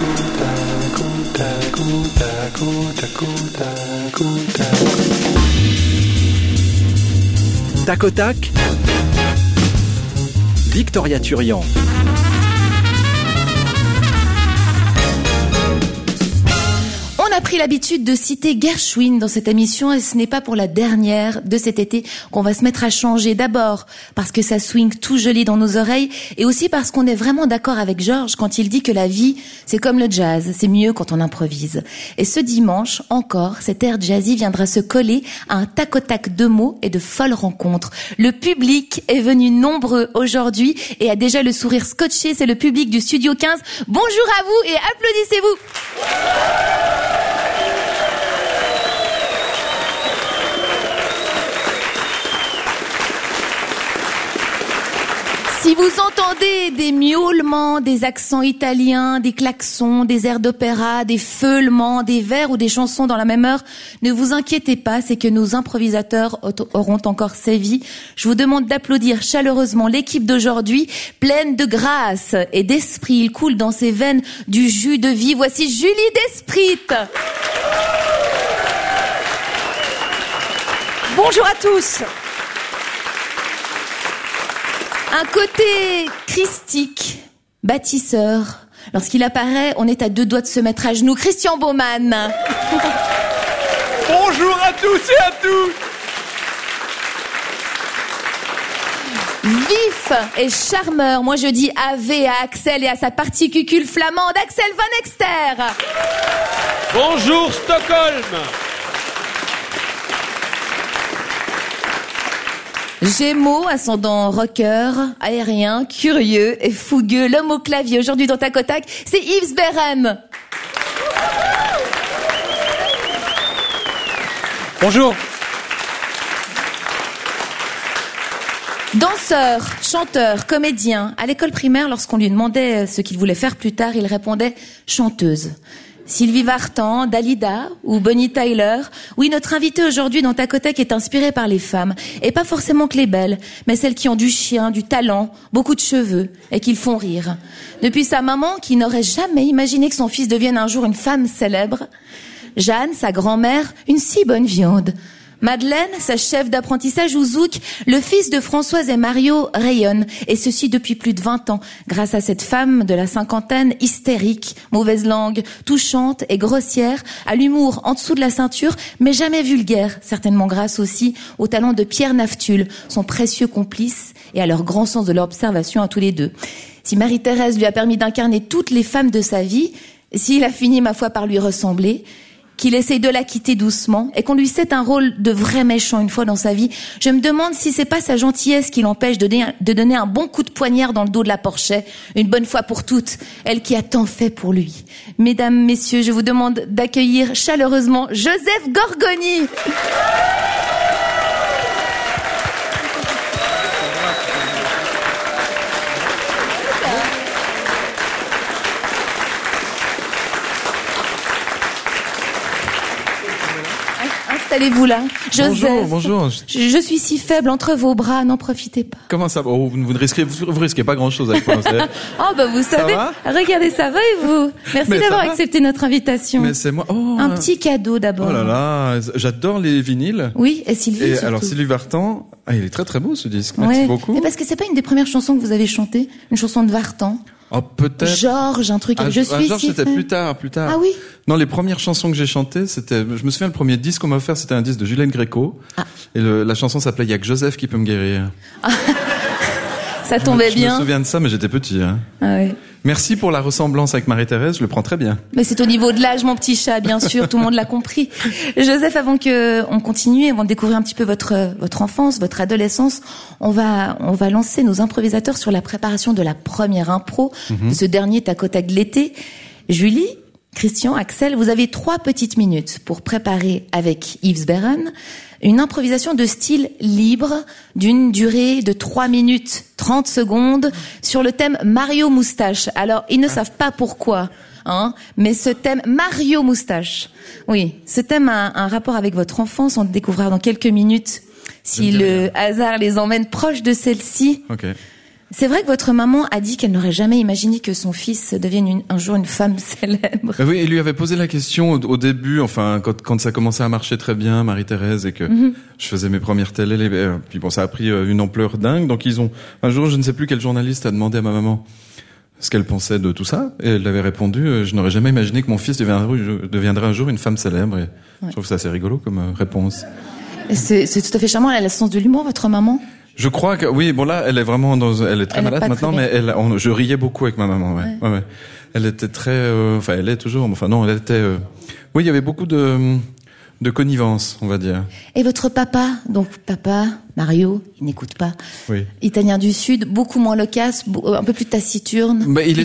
Tac au tac, Victoria Turian. On a pris l'habitude de citer Gershwin dans cette émission et ce n'est pas pour la dernière de cet été qu'on va se mettre à changer. D'abord parce que ça swing tout joli dans nos oreilles et aussi parce qu'on est vraiment d'accord avec Georges quand il dit que la vie, c'est comme le jazz, c'est mieux quand on improvise. Et ce dimanche, encore, cet air jazzy viendra se coller à un tac au tac de mots et de folles rencontres. Le public est venu nombreux aujourd'hui et a déjà le sourire scotché, c'est le public du Studio 15. Bonjour à vous et applaudissez-vous. Si vous entendez des miaulements, des accents italiens, des klaxons, des airs d'opéra, des feulements, des vers ou des chansons dans la même heure, ne vous inquiétez pas, c'est que nos improvisateurs auront encore sévi. Je vous demande d'applaudir chaleureusement l'équipe d'aujourd'hui, pleine de grâce et d'esprit. Il coule dans ses veines du jus de vie. Voici Julie Desprit. Bonjour à tous. Un côté christique, bâtisseur. Lorsqu'il apparaît, on est à deux doigts de se mettre à genoux. Christian Baumann. Bonjour à tous et à toutes. Vif et charmeur. Moi, je dis AV à Axel et à sa particule flamande. Axel Van Exter. Bonjour Stockholm. Gémeaux, ascendant rocker, aérien, curieux et fougueux. L'homme au clavier aujourd'hui dans Tac au Tac, c'est Yves Beren. Bonjour. Danseur, chanteur, comédien. À l'école primaire, lorsqu'on lui demandait ce qu'il voulait faire plus tard, il répondait chanteuse. Sylvie Vartan, Dalida ou Bonnie Tyler. Oui, notre invitée aujourd'hui dans Tac au Tac est inspirée par les femmes. Et pas forcément que les belles, mais celles qui ont du chien, du talent, beaucoup de cheveux et qui le font rire. Depuis sa maman, qui n'aurait jamais imaginé que son fils devienne un jour une femme célèbre. Jeanne, sa grand-mère, une si bonne viande. Madeleine, sa chef d'apprentissage, ou Zouk, le fils de Françoise et Mario, rayonne. Et ceci depuis plus de 20 ans, grâce à cette femme de la cinquantaine, hystérique, mauvaise langue, touchante et grossière, à l'humour en dessous de la ceinture, mais jamais vulgaire, certainement grâce aussi au talent de Pierre Naftul, son précieux complice, et à leur grand sens de l'observation à tous les deux. Si Marie-Thérèse lui a permis d'incarner toutes les femmes de sa vie, s'il a fini, ma foi, par lui ressembler, qu'il essaye de la quitter doucement et qu'on lui cède un rôle de vrai méchant une fois dans sa vie, je me demande si c'est pas sa gentillesse qui l'empêche de donner un bon coup de poignard dans le dos de la Porchet, une bonne fois pour toutes, elle qui a tant fait pour lui. Mesdames, messieurs, je vous demande d'accueillir chaleureusement Joseph Gorgoni. Installez-vous là. Joseph. Bonjour. Je suis si faible entre vos bras, n'en profitez pas. Comment ça va? Vous ne risquez pas grand-chose avec moi. Oh, bah, vous savez. Regardez, ça va et vous? Merci d'avoir accepté notre invitation. Mais c'est moi. Oh, un petit cadeau d'abord. Oh là là, j'adore les vinyles. Oui, et Sylvie. Et surtout. alors, Sylvie Vartan, il est très très beau ce disque. Merci beaucoup. Et parce que c'est pas une des premières chansons que vous avez chantées, une chanson de Vartan. Oh, peut-être. Georges, un truc. Je suis Georges, c'était plus tard. Ah oui? Non, les premières chansons que j'ai chantées, je me souviens, le premier disque qu'on m'a offert, c'était un disque de Julien Gréco. Ah. Et la chanson s'appelait Il y a que Joseph qui peut me guérir. Ah. Ça tombait bien. Je me souviens de ça, mais j'étais petit, hein. Ah oui. Merci pour la ressemblance avec Marie-Thérèse, je le prends très bien. Mais c'est au niveau de l'âge, mon petit chat, bien sûr, tout le monde l'a compris. Joseph, avant que on continue, avant de découvrir un petit peu votre enfance, votre adolescence, on va lancer nos improvisateurs sur la préparation de la première impro, de ce dernier tac au tac de l'été. Julie, Christian, Axel, vous avez 3 petites minutes pour préparer avec Yves Beren une improvisation de style libre d'une durée de 3 minutes 30 secondes sur le thème Mario Moustache. Alors, ils ne savent pas pourquoi, hein, mais ce thème Mario Moustache, oui, ce thème a un rapport avec votre enfance, on le découvrira dans quelques minutes si le hasard les emmène proche de celle-ci. Ok. C'est vrai que votre maman a dit qu'elle n'aurait jamais imaginé que son fils devienne un jour une femme célèbre. Oui, il lui avait posé la question au début, enfin quand ça commençait à marcher très bien, Marie-Thérèse, et que je faisais mes premières télés, puis bon, ça a pris une ampleur dingue. Donc un jour, je ne sais plus quel journaliste a demandé à ma maman ce qu'elle pensait de tout ça, et elle avait répondu je n'aurais jamais imaginé que mon fils deviendrait un jour une femme célèbre. Et je trouve ça assez rigolo comme réponse. Et c'est tout à fait charmant. Elle a le sens de l'humour, votre maman. Je crois que oui, bon là, elle est très malade maintenant, mais je riais beaucoup avec ma maman. Ouais. Elle était très, elle est toujours, elle était. Oui, il y avait beaucoup de connivence, on va dire. Et votre papa, donc papa Mario, il n'écoute pas. Oui. Italien du Sud, beaucoup moins loquace, un peu plus taciturne.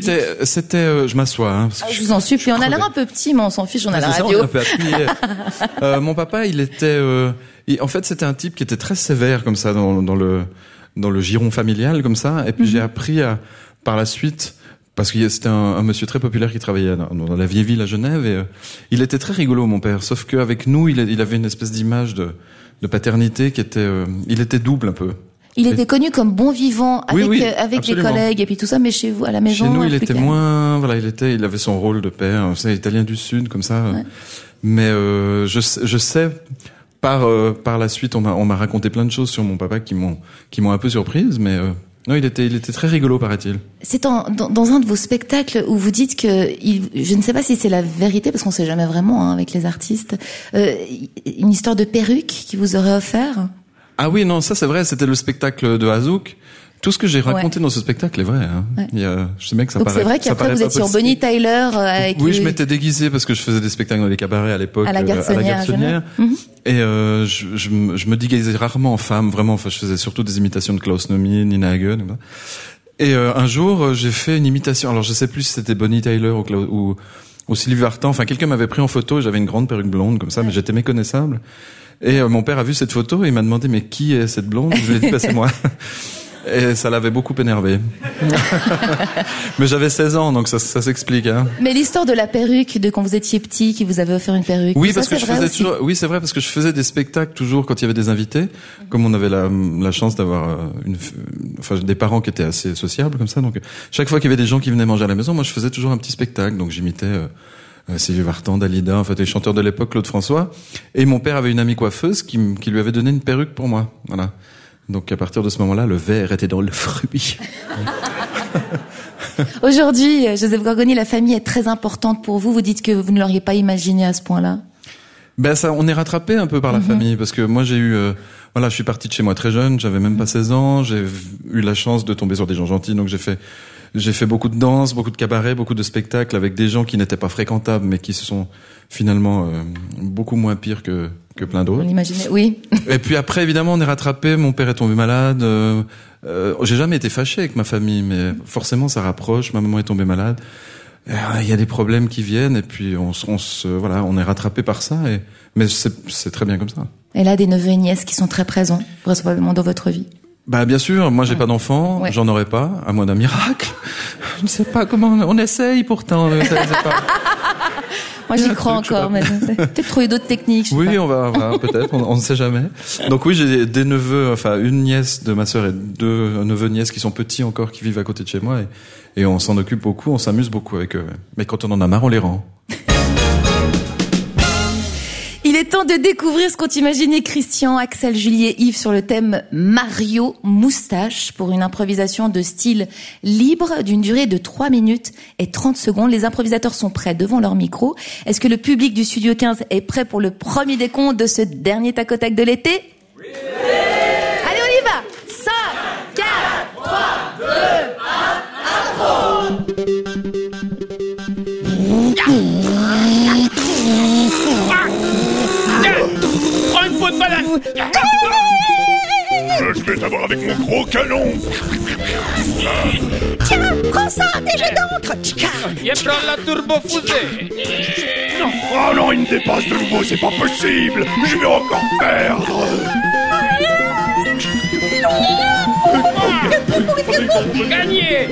Je m'assois. Je vous en supplie, on a l'air un peu petit, mais on s'en fiche, on a la radio. Ça, on est un peu appuyé. Mon papa, il était. En fait, c'était un type qui était très sévère comme ça dans le giron familial comme ça. Et puis j'ai appris par la suite, parce que c'était un monsieur très populaire qui travaillait dans la vieille ville à Genève, et il était très rigolo, mon père. Sauf qu'avec nous, il avait une espèce d'image de paternité qui était, il était double un peu. Il était connu comme bon vivant avec les collègues et puis tout ça, mais chez vous à la maison. Chez nous, il était moins, il avait son rôle de père, c'est italien du Sud comme ça. Ouais. Mais je sais. Par la suite, on m'a raconté plein de choses sur mon papa qui m'ont un peu surprise, mais non, il était très rigolo, paraît-il. C'est dans un de vos spectacles où vous dites que je ne sais pas si c'est la vérité parce qu'on sait jamais vraiment avec les artistes, une histoire de perruque qu'il vous aurait offert. Ah oui, non, ça c'est vrai, c'était le spectacle de Azouk. Tout ce que j'ai raconté dans ce spectacle est vrai. Hein. Ouais. Je sais bien que ça paraît. Donc c'est vrai qu'après vous étiez en Bonnie Tyler. Oui, je m'étais déguisé parce que je faisais des spectacles dans les cabarets à l'époque. À la Garçonnière. Et je me déguisais rarement en femme, vraiment. Enfin, je faisais surtout des imitations de Klaus Nomi, Nina Hagen. Et un jour, j'ai fait une imitation. Alors, je sais plus si c'était Bonnie Tyler ou Sylvie Vartan. Enfin, quelqu'un m'avait pris en photo. J'avais une grande perruque blonde comme ça, mais j'étais méconnaissable. Et mon père a vu cette photo et il m'a demandé mais qui est cette blonde? Je lui ai dit c'est moi. Et ça l'avait beaucoup énervé. Mais j'avais 16 ans, donc ça s'explique. Hein. Mais l'histoire de la perruque, de quand vous étiez petit, qui vous avait offert une perruque. Oui, parce que je faisais toujours. Oui, c'est vrai, parce que je faisais des spectacles toujours quand il y avait des invités. Comme on avait la chance d'avoir des parents qui étaient assez sociables comme ça. Donc chaque fois qu'il y avait des gens qui venaient manger à la maison, moi je faisais toujours un petit spectacle. Donc j'imitais Sylvie Vartan, Dalida, en fait les chanteurs de l'époque, Claude François. Et mon père avait une amie coiffeuse qui lui avait donné une perruque pour moi. Voilà. Donc à partir de ce moment-là, le verre était dans le fruit. Aujourd'hui, Joseph Gorgoni, la famille est très importante pour vous. Vous dites que vous ne l'auriez pas imaginé à ce point-là. Ben ça, on est rattrapé un peu par la famille parce que moi j'ai eu, je suis parti de chez moi très jeune, j'avais même pas 16 ans, j'ai eu la chance de tomber sur des gens gentils, donc j'ai fait beaucoup de danse, beaucoup de cabarets, beaucoup de spectacles avec des gens qui n'étaient pas fréquentables mais qui se sont finalement beaucoup moins pires que plein d'autres. On l'imaginait, oui. Et puis après, évidemment, on est rattrapé. Mon père est tombé malade. J'ai jamais été fâché avec ma famille, mais forcément, ça rapproche. Ma maman est tombée malade. Il y a des problèmes qui viennent, et puis on est rattrapé par ça. Mais c'est très bien comme ça. Et là, des neveux et nièces qui sont très présents, probablement dans votre vie. Bah bien sûr. Moi, j'ai pas d'enfant. Ouais. J'en aurai pas, à moins d'un miracle. Je ne sais pas comment. On essaye pourtant. Je sais pas. Moi, j'y crois encore, mais peut-être trouver d'autres techniques. Oui, on va peut-être, on ne sait jamais. Donc oui, j'ai des neveux, enfin une nièce de ma sœur et 2 neveux nièces qui sont petits encore, qui vivent à côté de chez moi, et on s'en occupe beaucoup, on s'amuse beaucoup avec eux. Mais quand on en a marre, on les rend. Il est temps de découvrir ce qu'ont imaginé Christian, Axel, Julie et Yves sur le thème Mario Moustache pour une improvisation de style libre d'une durée de 3 minutes et 30 secondes. Les improvisateurs sont prêts devant leur micro. Est-ce que le public du Studio 15 est prêt pour le premier décompte de ce dernier tac au tac de l'été? Oui. Allez, on y va. 5, 4, 3, 2, 1, impro. Prends une peau de banane. Je vais t'avoir avec mon gros canon. Tiens, prends ça, des jets d'encre. Et prends la turbo-fusée. Non, oh non, il me dépasse de nouveau, c'est pas possible. Je vais encore perdre. Gagné.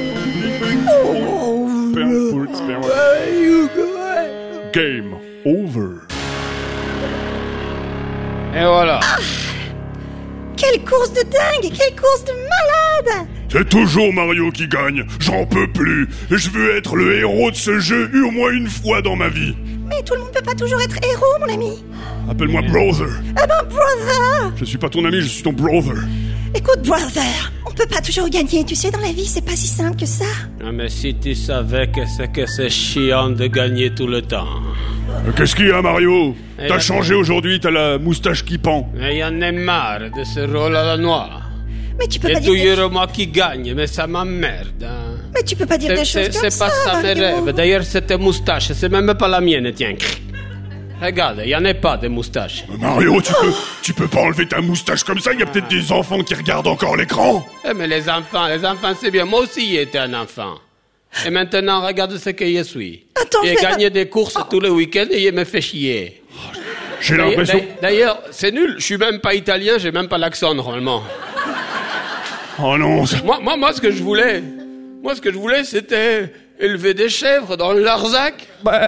Game over. Et voilà. Quelle course de dingue, quelle course de malade. merde. C'est toujours Mario qui gagne. J'en peux plus. Je veux être le héros de ce jeu au moins une fois dans ma vie. Mais tout le monde peut pas toujours être héros, mon ami. Appelle-moi brother. Ah ben, brother. Je suis pas ton ami, je suis ton brother. Écoute, brother, on peut pas toujours gagner, tu sais, dans la vie, c'est pas si simple que ça. Ah, mais si tu savais que c'est chiant de gagner tout le temps. Qu'est-ce qu'il y a, Mario? Eh T'as ben- changé aujourd'hui, t'as la moustache qui pend. Mais y en a marre de ce rôle à la noire. Mais tu peux C'est pas dire toujours moi qui gagne, mais ça m'emmerde. Hein. Mais tu peux pas dire des choses comme C'est pas ça, ça mes Mario. rêves. D'ailleurs, cette moustache, c'est même pas la mienne, tiens. Regarde, y en a pas de moustache. Mario, tu peux pas enlever ta moustache comme ça, il y a peut-être des enfants qui regardent encore l'écran. Eh, mais les enfants, c'est bien. Moi aussi, j'étais un enfant. Et maintenant, regarde ce que je suis. Attends, J'ai mais- gagné des courses tous les week-ends et je me fais chier. J'ai l'impression... D'ailleurs, c'est nul. Je suis même pas italien, j'ai même pas l'accent normalement. Oh non, ça... Moi, ce que je voulais, c'était élever des chèvres dans le Larzac.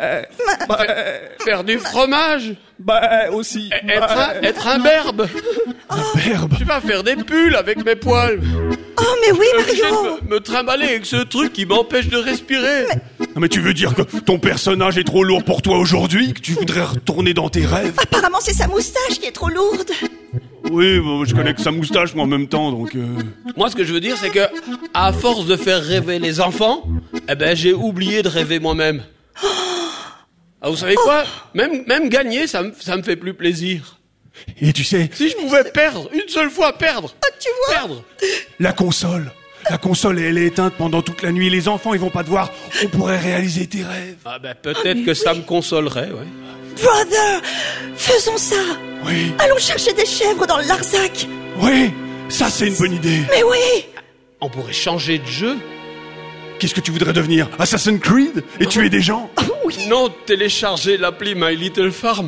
Faire du fromage. Aussi. Être un berbe. Herbe. Je vais pas faire des pulls avec mes poils. Oh, mais oui, Obligé Mario. de me trimballer avec ce truc qui m'empêche de respirer. Non mais tu veux dire que ton personnage est trop lourd pour toi aujourd'hui, que tu voudrais retourner dans tes rêves? Apparemment, c'est sa moustache qui est trop lourde. Oui, bon, je connais que sa moustache, moi, en même temps, donc... Moi, ce que je veux dire, c'est que, à force de faire rêver les enfants, eh ben, j'ai oublié de rêver moi-même. Ah, vous savez quoi? Même gagner, ça me fait plus plaisir. Et tu sais, Si je pouvais perdre, une seule fois perdre. Tu vois. Perdre. la console, elle est éteinte pendant toute la nuit, les enfants, ils vont pas te voir, on pourrait réaliser tes rêves. Ah ben, peut-être que ça me consolerait, ouais. Brother, faisons ça. Oui, Allons chercher des chèvres dans le Larzac. oui, ça c'est une bonne idée. Mais oui. On pourrait changer de jeu. Qu'est-ce que tu voudrais devenir? Assassin's Creed? Et tuer des gens? Oui. Non, télécharger l'appli My Little Farm.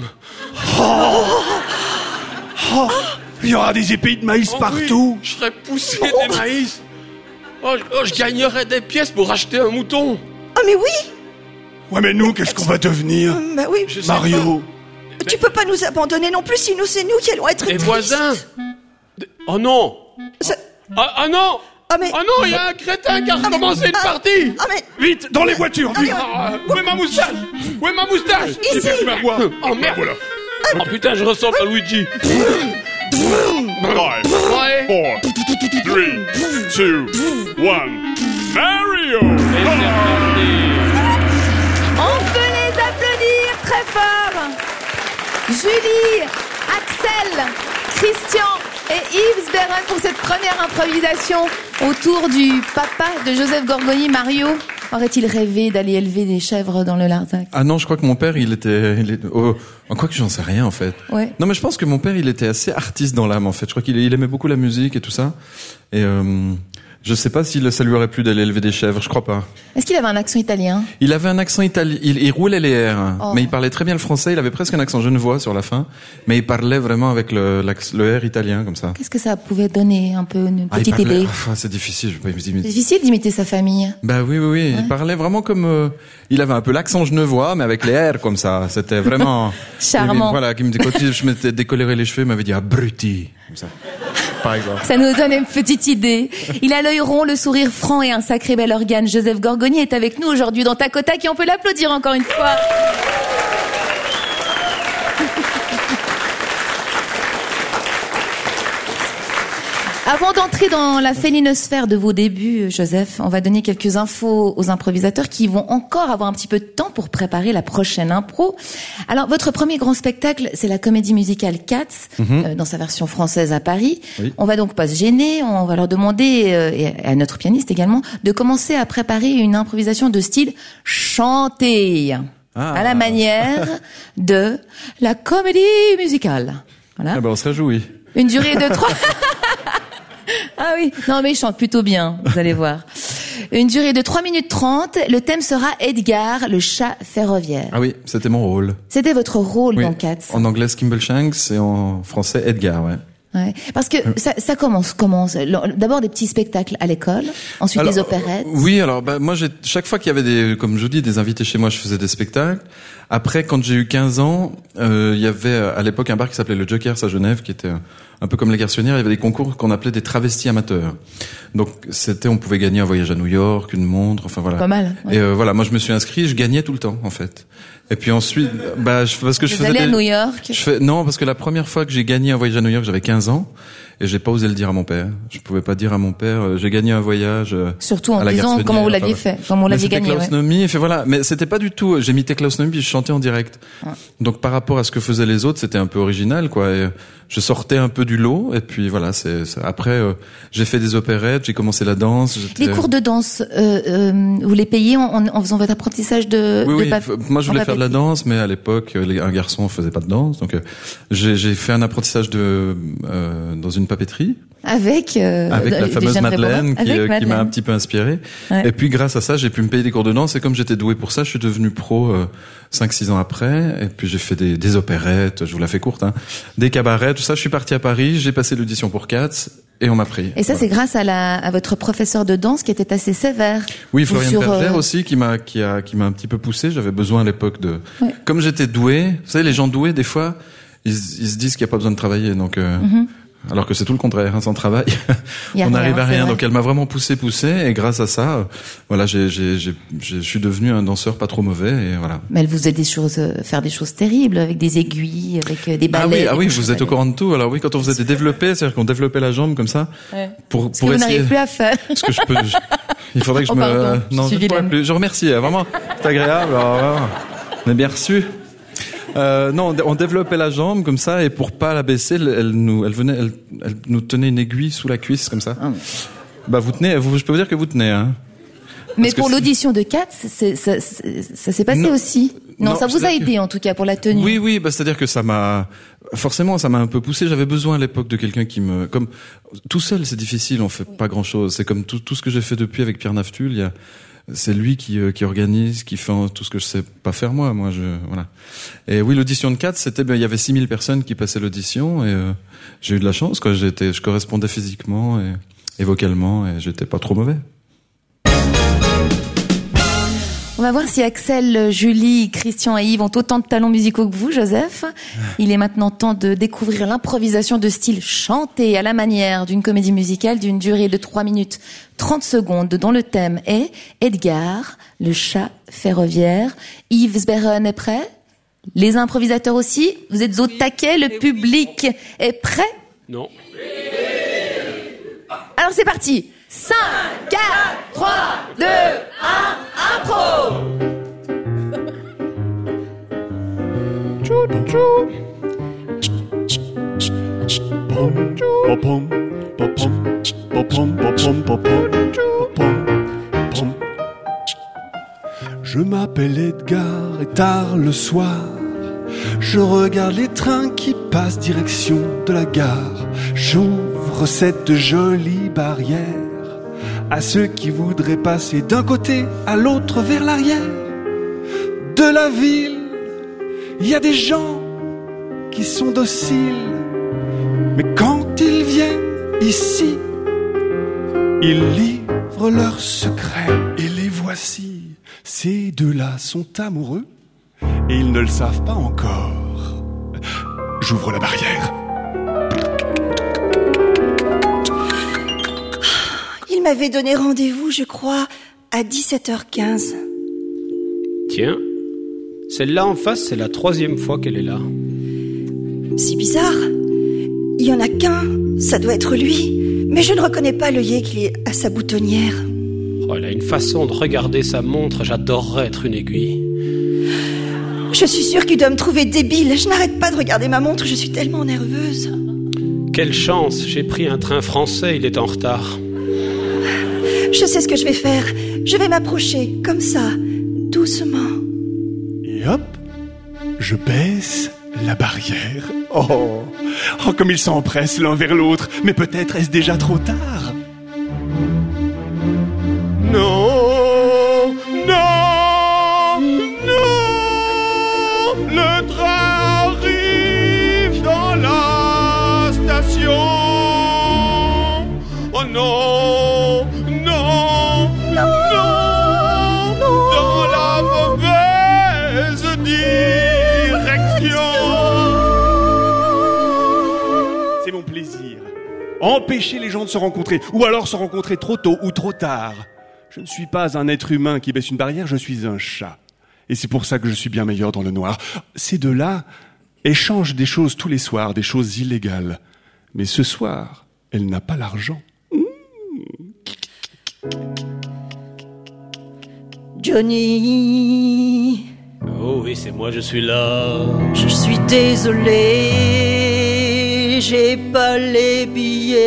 Il y aura des épées de maïs Oh partout. oui, je ferais pousser des maïs. Je gagnerais des pièces pour acheter un mouton. Ah, mais oui. Ouais, mais nous, qu'est-ce qu'on va devenir? Bah oui. Je sais Mario. Tu peux pas nous abandonner non plus, sinon c'est nous qui allons être Les tristes. voisins. Oh non. Ça- Ah non. Ah, mais... Oh non, il y a un crétin qui a recommencé une partie. Ah, mais... Vite, dans les voitures, vite. Où est ma moustache? Où est ma moustache? Ici. Oh merde. Voilà. Oh putain, je ressemble à Luigi. 5, Ouais. 4, 3, 2, 1. Mario! Et c'est reparti. On peut les applaudir très fort. Julie, Axel, Christian et Yves Sberren pour cette première improvisation autour du papa de Joseph Gorgoni. Mario, aurait-il rêvé d'aller élever des chèvres dans le Larzac? Ah non, je crois que mon père, en quoi que j'en sais rien, en fait. Ouais. Non, mais je pense que mon père, il était assez artiste dans l'âme, en fait. Je crois qu'il aimait beaucoup la musique et tout ça. Et, je sais pas si ça lui aurait plu d'aller élever des chèvres, je crois pas. Est-ce qu'il avait un accent italien? Il avait un accent italien, il roulait les R, Oh. mais il parlait très bien le français, il avait presque un accent genevois sur la fin, mais il parlait vraiment avec le R italien, comme ça. Qu'est-ce que ça pouvait donner un peu une Ah, il petite parlait- idée? Enfin, c'est difficile, je vais pas C'est imiter. difficile d'imiter sa famille. Bah oui, il parlait vraiment comme, il avait un peu l'accent genevois, mais avec les R comme ça, c'était vraiment... Charmant. Voilà, quand je m'étais décoloré les cheveux, il m'avait dit abruti, comme ça, par exemple. Ça nous donne une petite idée. Il a l'œil rond, le sourire franc et un sacré bel organe. Joseph Gorgoni est avec nous aujourd'hui dans Tac au Tac et on peut l'applaudir encore une fois. Avant d'entrer dans la félinosphère de vos débuts, Joseph, on va donner quelques infos aux improvisateurs qui vont encore avoir un petit peu de temps pour préparer la prochaine impro. Alors, votre premier grand spectacle, c'est la comédie musicale Cats, dans sa version française à Paris. Oui. On va donc pas se gêner, on va leur demander, et à notre pianiste également, de commencer à préparer une improvisation de style chanté, à la manière de la comédie musicale. Voilà. Ah ben, on se réjouit. Une durée de 3... Ah oui, non mais il chante plutôt bien, vous allez voir. Une durée de 3 minutes 30, le thème sera Edgar, le chat ferroviaire. Ah oui, c'était mon rôle. C'était votre rôle Oui. dans Cats. En anglais, Skimbleshanks, et en français, Edgar, ouais. Ouais. Parce que ça commence comment? D'abord des petits spectacles à l'école, ensuite Alors, des opérettes. Oui, alors moi chaque fois qu'il y avait comme je vous dis, des invités chez moi, je faisais des spectacles. Après, quand j'ai eu 15 ans, il y avait à l'époque un bar qui s'appelait le Jokers à Genève, qui était un peu comme les garçonnières, il y avait des concours qu'on appelait des travestis amateurs. Donc on pouvait gagner un voyage à New York, une montre, enfin voilà. Pas mal. Ouais. Et voilà, moi je me suis inscrit, je gagnais tout le temps en fait. Et puis ensuite, parce que je faisais. Vous allez à New York? Non, parce que la première fois que j'ai gagné un voyage à New York, j'avais 15 ans. Et j'ai pas osé le dire à mon père. Je pouvais pas dire à mon père, j'ai gagné un voyage. Surtout en disant comment vous l'aviez fait, comment vous l'aviez gagné. Klaus Nomi, et fait voilà. Mais c'était pas du tout, j'imitais Klaus Nomi, puis je chantais en direct. Ouais. Donc par rapport à ce que faisaient les autres, c'était un peu original, quoi. Et je sortais un peu du lot, et puis voilà, après, j'ai fait des opérettes, j'ai commencé la danse. Les cours de danse, vous les payez en faisant votre apprentissage de Oui, moi je voulais faire de la danse, mais à l'époque, un garçon faisait pas de danse, donc j'ai fait un apprentissage dans une papeterie. Avec la fameuse Madeleine qui m'a un petit peu inspiré. Ouais. Et puis grâce à ça, j'ai pu me payer des cours de danse, et comme j'étais doué pour ça, je suis devenu pro 5-6 ans après, et puis j'ai fait des opérettes, je vous la fais courte, hein, des cabarets, tout ça. Je suis parti à Paris, j'ai passé l'audition pour Katz, et on m'a pris. Et ça, voilà. C'est grâce à votre professeur de danse qui était assez sévère. Oui, Florian Berger aussi, qui m'a un petit peu poussé. J'avais besoin à l'époque Ouais. Comme j'étais doué, vous savez, les gens doués, des fois, ils se disent qu'il n'y a pas besoin de travailler, donc alors que c'est tout le contraire, hein, sans travail, on n'arrive à rien. Donc elle m'a vraiment poussé, et grâce à ça, voilà, je suis devenu un danseur pas trop mauvais, et voilà. Mais elle vous aide faire des choses terribles, avec des aiguilles, avec des balais. Ah oui, vous êtes au courant de tout. Alors oui, quand on faisait des développés, c'est-à-dire qu'on développait la jambe comme ça, ouais. pour essayer. Vous n'arrivez plus à faire. Ce que je peux. Il faudrait que non, je ne pourrais plus. Je remercie, vraiment, c'est agréable. Alors, on est bien reçus. Non, on développait la jambe comme ça, et pour pas la baisser, elle nous tenait une aiguille sous la cuisse comme ça. Vous tenez, je peux vous dire que vous tenez, hein. Mais pour l'audition de Katz, ça s'est passé aussi. Non, ça vous a aidé en tout cas pour la tenue. Oui, c'est-à-dire que ça m'a un peu poussé. J'avais besoin à l'époque de quelqu'un comme tout seul, c'est difficile, on fait pas grand-chose. C'est comme tout ce que j'ai fait depuis avec Pierre Naftul, c'est lui qui organise, qui fait tout ce que je sais pas faire moi. Voilà. Et oui, l'audition de Katz, il y avait 6000 personnes qui passaient l'audition, et j'ai eu de la chance, quoi. Je correspondais physiquement et vocalement, et j'étais pas trop mauvais. On va voir si Axel, Julie, Christian et Yves ont autant de talents musicaux que vous, Joseph. Il est maintenant temps de découvrir l'improvisation de style chanté à la manière d'une comédie musicale d'une durée de 3 minutes 30 secondes, dont le thème est Edgar, le chat ferroviaire. Yves Sberren est prêt? Les improvisateurs aussi? Vous êtes au taquet? Le public est prêt? Non. Alors c'est parti! 5, 4, 3, 2, 1, impro! Je m'appelle Edgar et tard le soir, je regarde les trains qui passent direction de la gare. J'ouvre cette jolie barrière à ceux qui voudraient passer d'un côté à l'autre vers l'arrière de la ville. Il y a des gens qui sont dociles, mais quand ils viennent ici, ils livrent leurs secrets. Et les voici, ces deux-là sont amoureux et ils ne le savent pas encore. J'ouvre la barrière. Il m'avait donné rendez-vous, je crois, à 17h15. Tiens, celle-là en face, c'est la 3e fois qu'elle est là. C'est bizarre. Il y en a qu'un, ça doit être lui. Mais je ne reconnais pas l'œillet qu'il est à sa boutonnière. Oh, elle a une façon de regarder sa montre, j'adorerais être une aiguille. Je suis sûre qu'il doit me trouver débile. Je n'arrête pas de regarder ma montre, je suis tellement nerveuse. Quelle chance, j'ai pris un train français, il est en retard. Je sais ce que je vais faire. Je vais m'approcher, comme ça, doucement. Et hop, je baisse la barrière. Oh, comme ils s'empressent l'un vers l'autre. Mais peut-être est-ce déjà trop tard? Non, non, non. Le train arrive dans la station. Oh non. empêcher les gens de se rencontrer, ou alors se rencontrer trop tôt ou trop tard. Je ne suis pas un être humain qui baisse une barrière, je suis un chat. Et c'est pour ça que je suis bien meilleur dans le noir. Ces deux-là échangent des choses tous les soirs, des choses illégales. Mais ce soir, elle n'a pas l'argent. Johnny, Oh oui, c'est moi, je suis là. je suis désolé, j'ai pas les billets.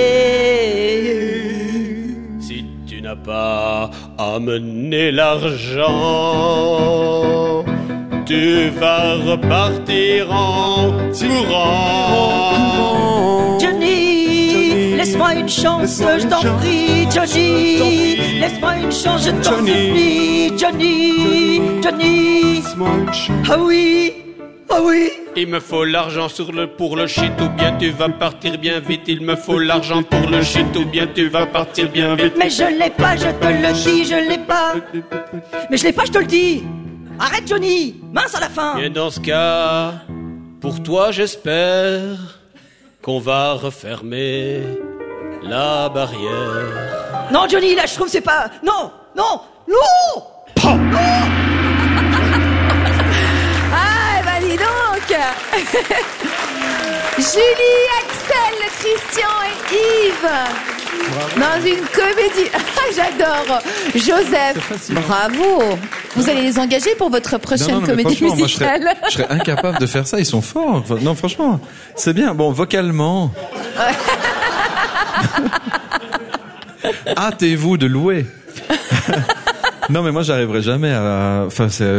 Si tu n'as pas amené l'argent, tu vas repartir en courant. Johnny, laisse-moi une chance, je t'en prie, Johnny. Laisse-moi une chance, je t'en supplie, Johnny. Johnny. Ah oui, ah oui. Il me faut l'argent pour le shit ou bien tu vas partir bien vite. Il me faut l'argent pour le shit ou bien tu vas partir bien vite. Mais je l'ai pas, je te le dis, je l'ai pas. Mais je l'ai pas, je te le dis. Arrête, Johnny. Mince à la fin. Bien dans ce cas, pour toi j'espère qu'on va refermer la barrière. Non, Johnny, là, je trouve c'est pas... Non, non, non. Ah, bah dis donc. Julie, Axel, Christian et Yves. Dans une comédie. J'adore. Joseph, bravo. Vous allez les engager pour votre prochaine comédie franchement, musicale. moi, je serais incapable de faire ça. Ils sont forts. Enfin, non, franchement, c'est bien. Bon, vocalement. Hâtez-vous de louer. Non, mais moi, j'arriverai jamais à... Enfin, c'est...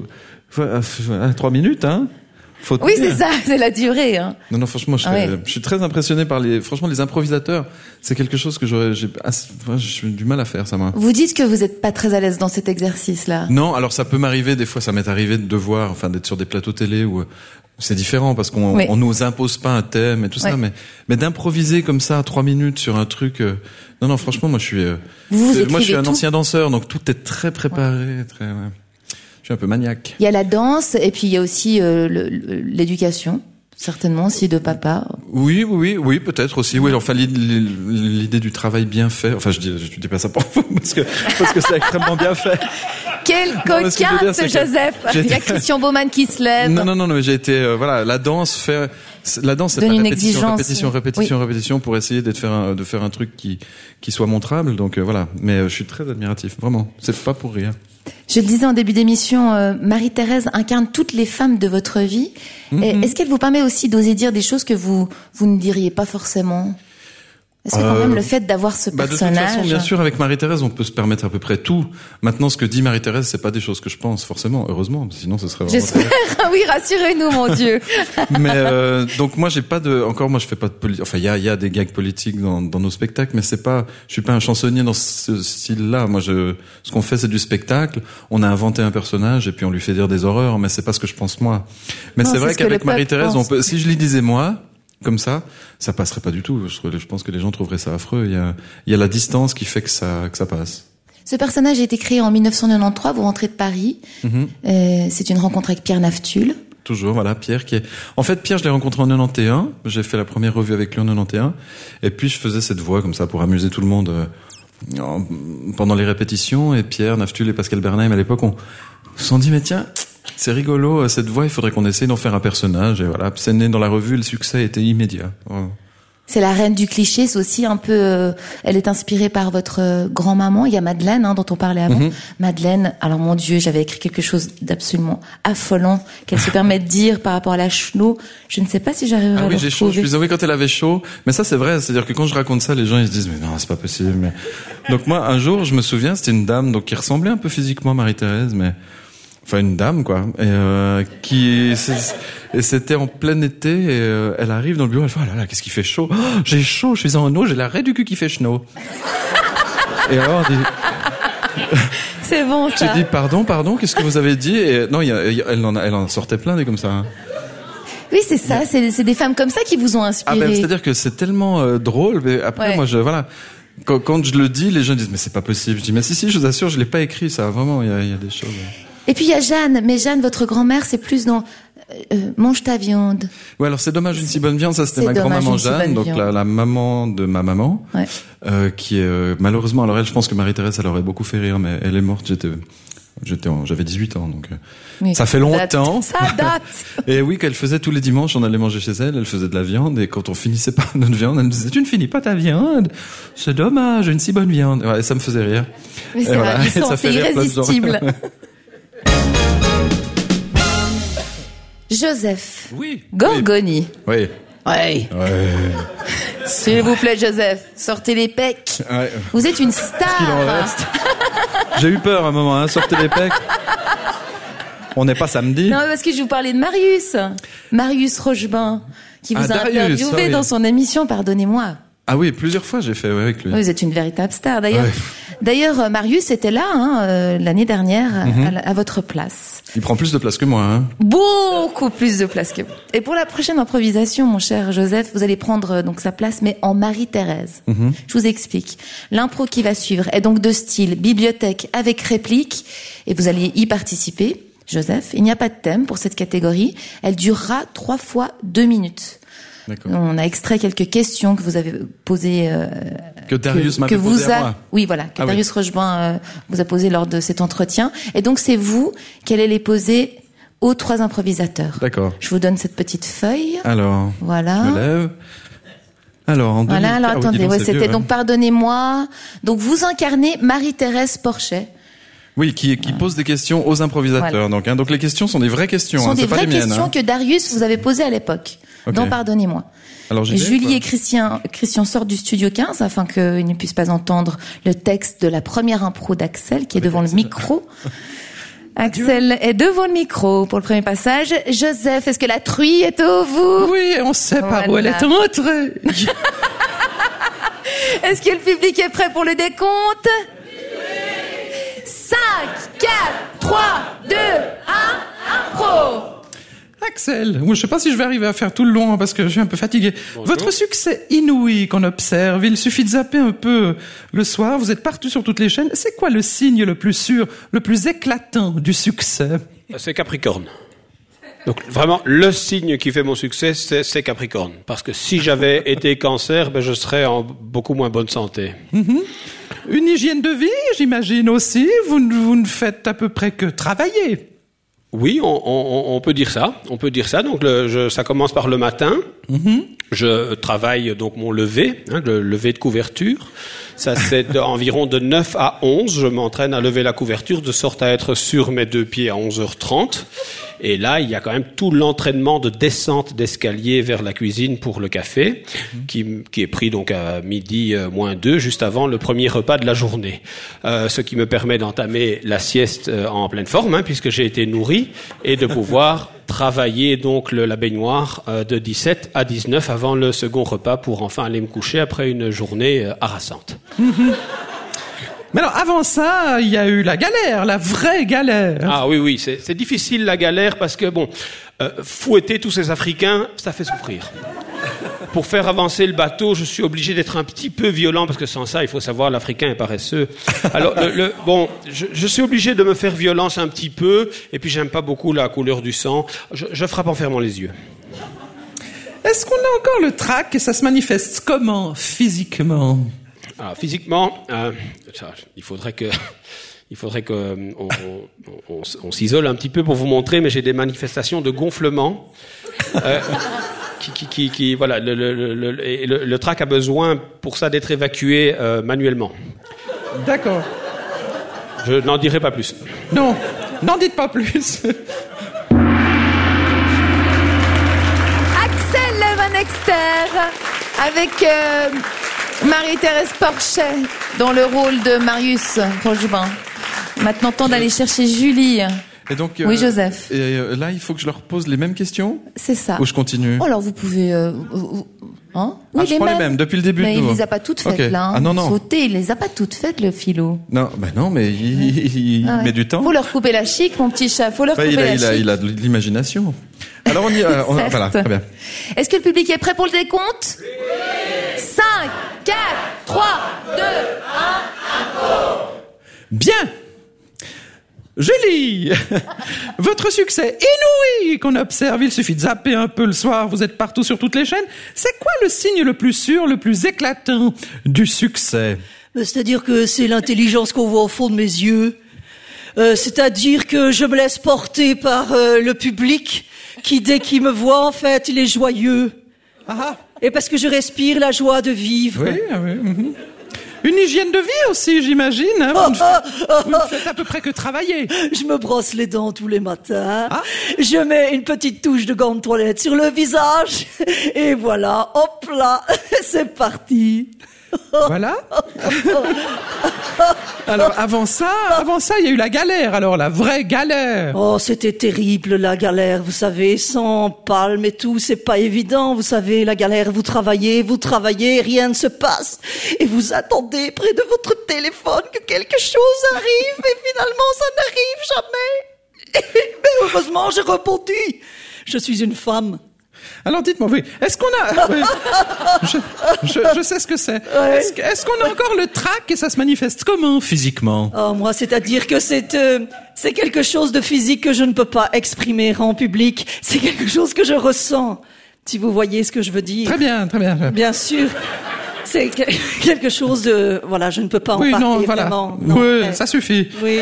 3 minutes, hein. Faut Oui, tenir. c'est ça, c'est la durée. Hein. Non, franchement, je suis très impressionné par franchement, les improvisateurs. C'est quelque chose que j'ai du mal à faire, ça, moi. Vous dites que vous n'êtes pas très à l'aise dans cet exercice-là. Non, alors ça peut m'arriver, des fois, ça m'est arrivé de devoir, enfin, d'être sur des plateaux télé où c'est différent parce qu'on on nous impose pas un thème et tout ça, mais d'improviser comme ça 3 minutes sur un truc, non, franchement, moi, moi, je suis un ancien danseur, donc tout est très préparé, très, je suis un peu maniaque. Il y a la danse et puis il y a aussi l'éducation, certainement aussi de papa. Oui, peut-être aussi. Oui, enfin l'idée du travail bien fait. Enfin, je dis pas ça pour vous parce que c'est extrêmement bien fait. Quel coquin ce Joseph. Il y a Christian Baumann qui se lève. Non, mais j'ai été la danse c'est la répétition pour essayer de faire un truc qui soit montrable. Donc voilà. Mais je suis très admiratif, vraiment. C'est pas pour rien. Je le disais en début d'émission, Marie-Thérèse incarne toutes les femmes de votre vie. Est-ce qu'elle vous permet aussi d'oser dire des choses que vous ne diriez pas forcément ? Est-ce que quand même le fait d'avoir ce personnage... De toute façon, bien sûr, avec Marie-Thérèse, on peut se permettre à peu près tout. Maintenant, ce que dit Marie-Thérèse, c'est pas des choses que je pense, forcément, heureusement, sinon ce serait vraiment... J'espère, oui, rassurez-nous, mon Dieu. Mais donc moi, je fais pas de politique. Enfin, il y a des gags politiques dans nos spectacles, mais je suis pas un chansonnier dans ce style-là. Moi, ce qu'on fait, c'est du spectacle. On a inventé un personnage et puis on lui fait dire des horreurs, mais c'est pas ce que je pense moi. Mais c'est vrai qu'avec Marie-Thérèse, si je lui disais moi, comme ça passerait pas du tout. Je pense que les gens trouveraient ça affreux. Il y a la distance qui fait que ça passe. Ce personnage a été créé en 1993. Vous rentrez de Paris. C'est une rencontre avec Pierre Naftul. Toujours, voilà, Pierre En fait, Pierre, je l'ai rencontré en 91. J'ai fait la première revue avec lui en 91. Et puis, je faisais cette voix comme ça pour amuser tout le monde pendant les répétitions. Et Pierre Naftul et Pascal Bernheim, à l'époque, on se sont dit, mais tiens, c'est rigolo, cette voix, il faudrait qu'on essaye d'en faire un personnage. Et voilà, c'est né dans la revue, le succès était immédiat. Voilà. C'est la reine du cliché, c'est aussi un peu... elle est inspirée par votre grand-maman. Il y a Madeleine, dont on parlait avant. Madeleine, alors mon Dieu, j'avais écrit quelque chose d'absolument affolant qu'elle se permet de dire par rapport à la chenot. Je ne sais pas si j'arriverai à le retrouver. Chaud, je lui disais, quand elle avait chaud. Mais ça, c'est vrai, c'est-à-dire que quand je raconte ça, les gens, ils se disent, mais non, c'est pas possible. Mais... Donc moi, un jour, je me souviens, c'était une dame qui ressemblait un peu physiquement à Marie-Thérèse, mais... Enfin, une dame, quoi. Et c'était en plein été, et elle arrive dans le bureau, elle fait, oh là là, qu'est-ce qu'il fait chaud. Oh, j'ai chaud, je suis en eau, j'ai l'arrêt du cul qui fait schno. Et alors, on dit... C'est bon, ça. J'ai dit, pardon, qu'est-ce que vous avez dit? Et non, elle en sortait plein des comme ça. Hein. Oui, c'est ça, c'est des femmes comme ça qui vous ont inspiré. Ah ben, c'est-à-dire que c'est tellement drôle, mais après, moi, voilà. Quand je le dis, les gens disent, mais c'est pas possible. Je dis, mais si, je vous assure, je l'ai pas écrit, ça. Vraiment, il y a des choses. Et puis il y a Jeanne, mais Jeanne, votre grand-mère, c'est plus dans mange ta viande. Ouais, alors c'est dommage une si bonne viande, ça c'était C'est ma dommage, grand-maman une si Jeanne, bonne donc viande. la maman de ma maman, Ouais. qui est malheureusement, alors elle, je pense que Marie-Thérèse, elle aurait beaucoup fait rire, mais elle est morte, j'avais 18 ans, donc Oui, ça fait longtemps. Ça date. Et oui, qu'elle faisait tous les dimanches, on allait manger chez elle, elle faisait de la viande, et quand on finissait pas notre viande, elle nous disait, tu ne finis pas ta viande, c'est dommage, une si bonne viande. Ouais, et ça me faisait rire. Mais Et c'est voilà, et ravissant, ça fait c'est rire plein de gens. irrésistible. Joseph Oui. Gorgoni. Oui. Ouais. Ouais. S'il vous plaît, Joseph, sortez les pecs. Ouais. Vous êtes une star. Qu'il en reste. J'ai eu peur à un moment, hein, sortez les pecs. On n'est pas samedi. Non, parce que je vous parlais de Marius Rochebin, qui vous a Darius, interviewé oui. dans son émission Pardonnez-moi. Ah oui, plusieurs fois j'ai fait avec lui. Oui, vous êtes une véritable star. D'ailleurs, Ouais. d'ailleurs, Marius était là l'année dernière à votre place. Il prend plus de place que moi, hein. Beaucoup plus de place que vous. Et pour la prochaine improvisation, mon cher Joseph, vous allez prendre donc sa place, mais en Marie-Thérèse. Je vous explique. L'impro qui va suivre est donc de style bibliothèque avec réplique, et vous allez y participer. Joseph, il n'y a pas de thème pour cette catégorie. Elle durera 3 fois 2 minutes. D'accord. On a extrait quelques questions que vous avez posées. Que Darius m'a que posé vous à a, moi. oui, voilà, que Ah oui. Darius Rochebin vous a posé lors de cet entretien. Et donc c'est vous qui allez les poser aux 3 improvisateurs. D'accord. Je vous donne cette petite feuille. Alors, Voilà. je me lève. Alors, en 2000... Voilà, alors Ah oui, dis attendez, donc, ouais, c'est c'était vieux, hein. donc Pardonnez-moi. Donc vous incarnez Marie-Thérèse Porchet. Oui, qui pose des questions aux improvisateurs. Voilà. Donc, hein, donc les questions sont des vraies questions. Ce sont hein, des c'est pas vraies les miennes. questions Hein. que Darius vous avait posées à l'époque. Ok. Dans Pardonnez-moi. Alors, j'y Et vais, Julie quoi. et Christian sortent du studio 15 afin qu'ils ne puissent pas entendre le texte de la première impro d'Axel qui est devant le micro. Axel est devant le micro pour le premier passage. Joseph, est-ce que la truie est au vous? Oui, on sait par où Voilà. elle est entrée. Est-ce que le public est prêt pour le décompte? 5, 4, 3, 2, 1, impro! Axel, moi, je sais pas si je vais arriver à faire tout le long parce que je suis un peu fatigué. Votre succès inouï qu'on observe, il suffit de zapper un peu le soir, vous êtes partout sur toutes les chaînes. C'est quoi le signe le plus sûr, le plus éclatant du succès? C'est Capricorne. Donc vraiment, le signe qui fait mon succès, c'est Capricorne. Parce que si j'avais été Cancer, ben, je serais en beaucoup moins bonne santé. Une hygiène de vie, j'imagine aussi. Vous ne faites à peu près que travailler. Oui, on peut dire ça. On peut dire ça. Donc ça commence par le matin. Je travaille donc mon lever, le lever de couverture. Ça c'est environ de 9 à 11. Je m'entraîne à lever la couverture de sorte à être sur mes 2 pieds à 11h30. Et là, il y a quand même tout l'entraînement de descente d'escalier vers la cuisine pour le café, qui est pris donc à midi moins 2, juste avant le premier repas de la journée. Ce qui me permet d'entamer la sieste en pleine forme, puisque j'ai été nourri, et de pouvoir travailler donc la baignoire de 17 à 19 avant le second repas pour enfin aller me coucher après une journée harassante. Mais alors, avant ça, il y a eu la galère, la vraie galère. Ah oui, c'est difficile la galère parce que bon, fouetter tous ces Africains, ça fait souffrir. Pour faire avancer le bateau, je suis obligé d'être un petit peu violent parce que sans ça, il faut savoir, l'Africain est paresseux. Alors bon, je suis obligé de me faire violence un petit peu et puis j'aime pas beaucoup la couleur du sang. Je frappe en fermant les yeux. Est-ce qu'on a encore le trac et ça se manifeste comment, physiquement? Alors, physiquement, il faudrait que on s'isole un petit peu pour vous montrer, mais j'ai des manifestations de gonflement. Voilà, le trac a besoin pour ça d'être évacué manuellement. D'accord. Je n'en dirai pas plus. Non, n'en dites pas plus. Axel Van Exter avec Marie-Thérèse Porchet dans le rôle de Marius Rochebin. Maintenant, temps d'aller chercher Julie. Et donc, Oui, Joseph. Et là, il faut que je leur pose les mêmes questions? C'est ça. Ou je continue? Oh, alors vous pouvez... hein? Oui, Je prends les mêmes depuis le début. Mais de il tout. les a pas toutes faites, Ok. là. Ah non. Sauter, il les a pas toutes faites, le philo. Non, mais il Ah ouais. met du temps. Faut leur couper la chic, mon petit chat. Faut leur couper la chic. Il a de l'imagination. Alors on y Certes. voilà, très bien. Est-ce que le public est prêt pour le décompte? 5, 4, 3, 2, 1, Bien. Julie, votre succès inouï qu'on observe, il suffit de zapper un peu le soir, vous êtes partout sur toutes les chaînes. C'est quoi le signe le plus sûr, le plus éclatant du succès? C'est-à-dire que c'est l'intelligence qu'on voit au fond de mes yeux. C'est-à-dire que je me laisse porter par le public qui, dès qu'il me voit, en fait, il est joyeux. Ah. Et parce que je respire la joie de vivre. Oui, oui. Une hygiène de vie aussi, j'imagine. Hein. Vous ne faites à peu près que travailler. Je me brosse les dents tous les matins. Ah. Je mets une petite touche de gants de toilette sur le visage. Et voilà, hop là, c'est parti. Voilà. Alors, avant ça, il y a eu la galère, alors, la vraie galère. Oh, c'était terrible, la galère, vous savez, sans palme et tout, c'est pas évident, vous savez, la galère, vous travaillez, rien ne se passe, et vous attendez près de votre téléphone que quelque chose arrive, et finalement, ça n'arrive jamais. Mais heureusement, j'ai rebondi. Je suis une femme. Alors dites-moi, oui, est-ce qu'on a... Oui, je sais ce que c'est. Ouais. Est-ce qu'on a encore le trac et ça se manifeste comment, physiquement? Oh, moi, c'est-à-dire que c'est quelque chose de physique que je ne peux pas exprimer en public. C'est quelque chose que je ressens, si vous voyez ce que je veux dire. Très bien. Bien sûr. C'est quelque chose de... Voilà, je ne peux pas en parler, non, voilà. Vraiment. Non, oui, ça suffit. Oui.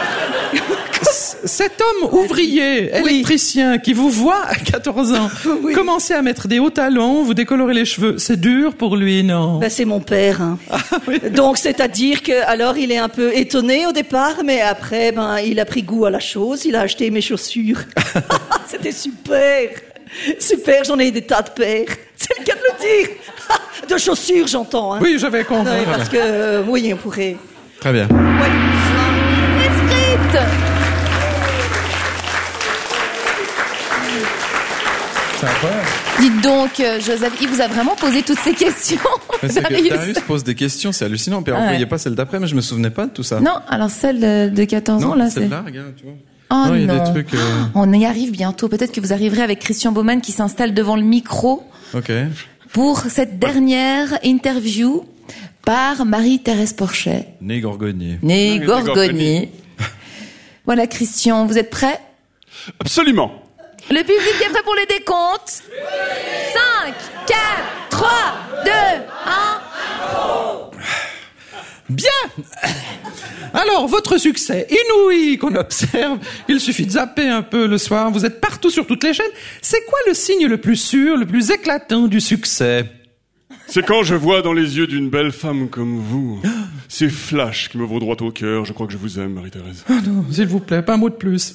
Cet homme ouvrier, électricien, qui vous voit à 14 ans, commencer à mettre des hauts talons, vous décolorer les cheveux, c'est dur pour lui, non? Ben, c'est mon père. Hein. Ah, oui. Donc, c'est-à-dire que, alors, il est un peu étonné au départ, mais après, il a pris goût à la chose, il a acheté mes chaussures. C'était super. Super, j'en ai des tas de paires. C'est le cas de le dire. De chaussures, j'entends. Hein. Oui, j'avais compris. Oui, parce que, oui, on pourrait... Très bien. Oui. Esprit. Dites donc, Joseph, il vous a vraiment posé toutes ces questions. Darius pose des questions, c'est hallucinant. Puis il n'y a pas celle d'après, mais je me souvenais pas de tout ça. Non, alors celle de 14 ans, là, c'est... celle-là, regarde, tu vois. Oh non, il y a des trucs... On y arrive bientôt. Peut-être que vous arriverez avec Christian Baumann qui s'installe devant le micro. Ok. Pour cette dernière interview par Marie-Thérèse Porchet. Né Gorgonier. Né Gorgonier. Voilà, Christian, vous êtes prêt? Absolument. Le public est prêt pour les décomptes? 5, 4, 3, 2, 1... Bien. Alors, votre succès inouï qu'on observe, il suffit de zapper un peu le soir, vous êtes partout sur toutes les chaînes. C'est quoi le signe le plus sûr, le plus éclatant du succès? C'est quand je vois dans les yeux d'une belle femme comme vous, ces flashs qui me vont droit au cœur. Je crois que je vous aime, Marie-Thérèse. Ah non, s'il vous plaît, pas un mot de plus.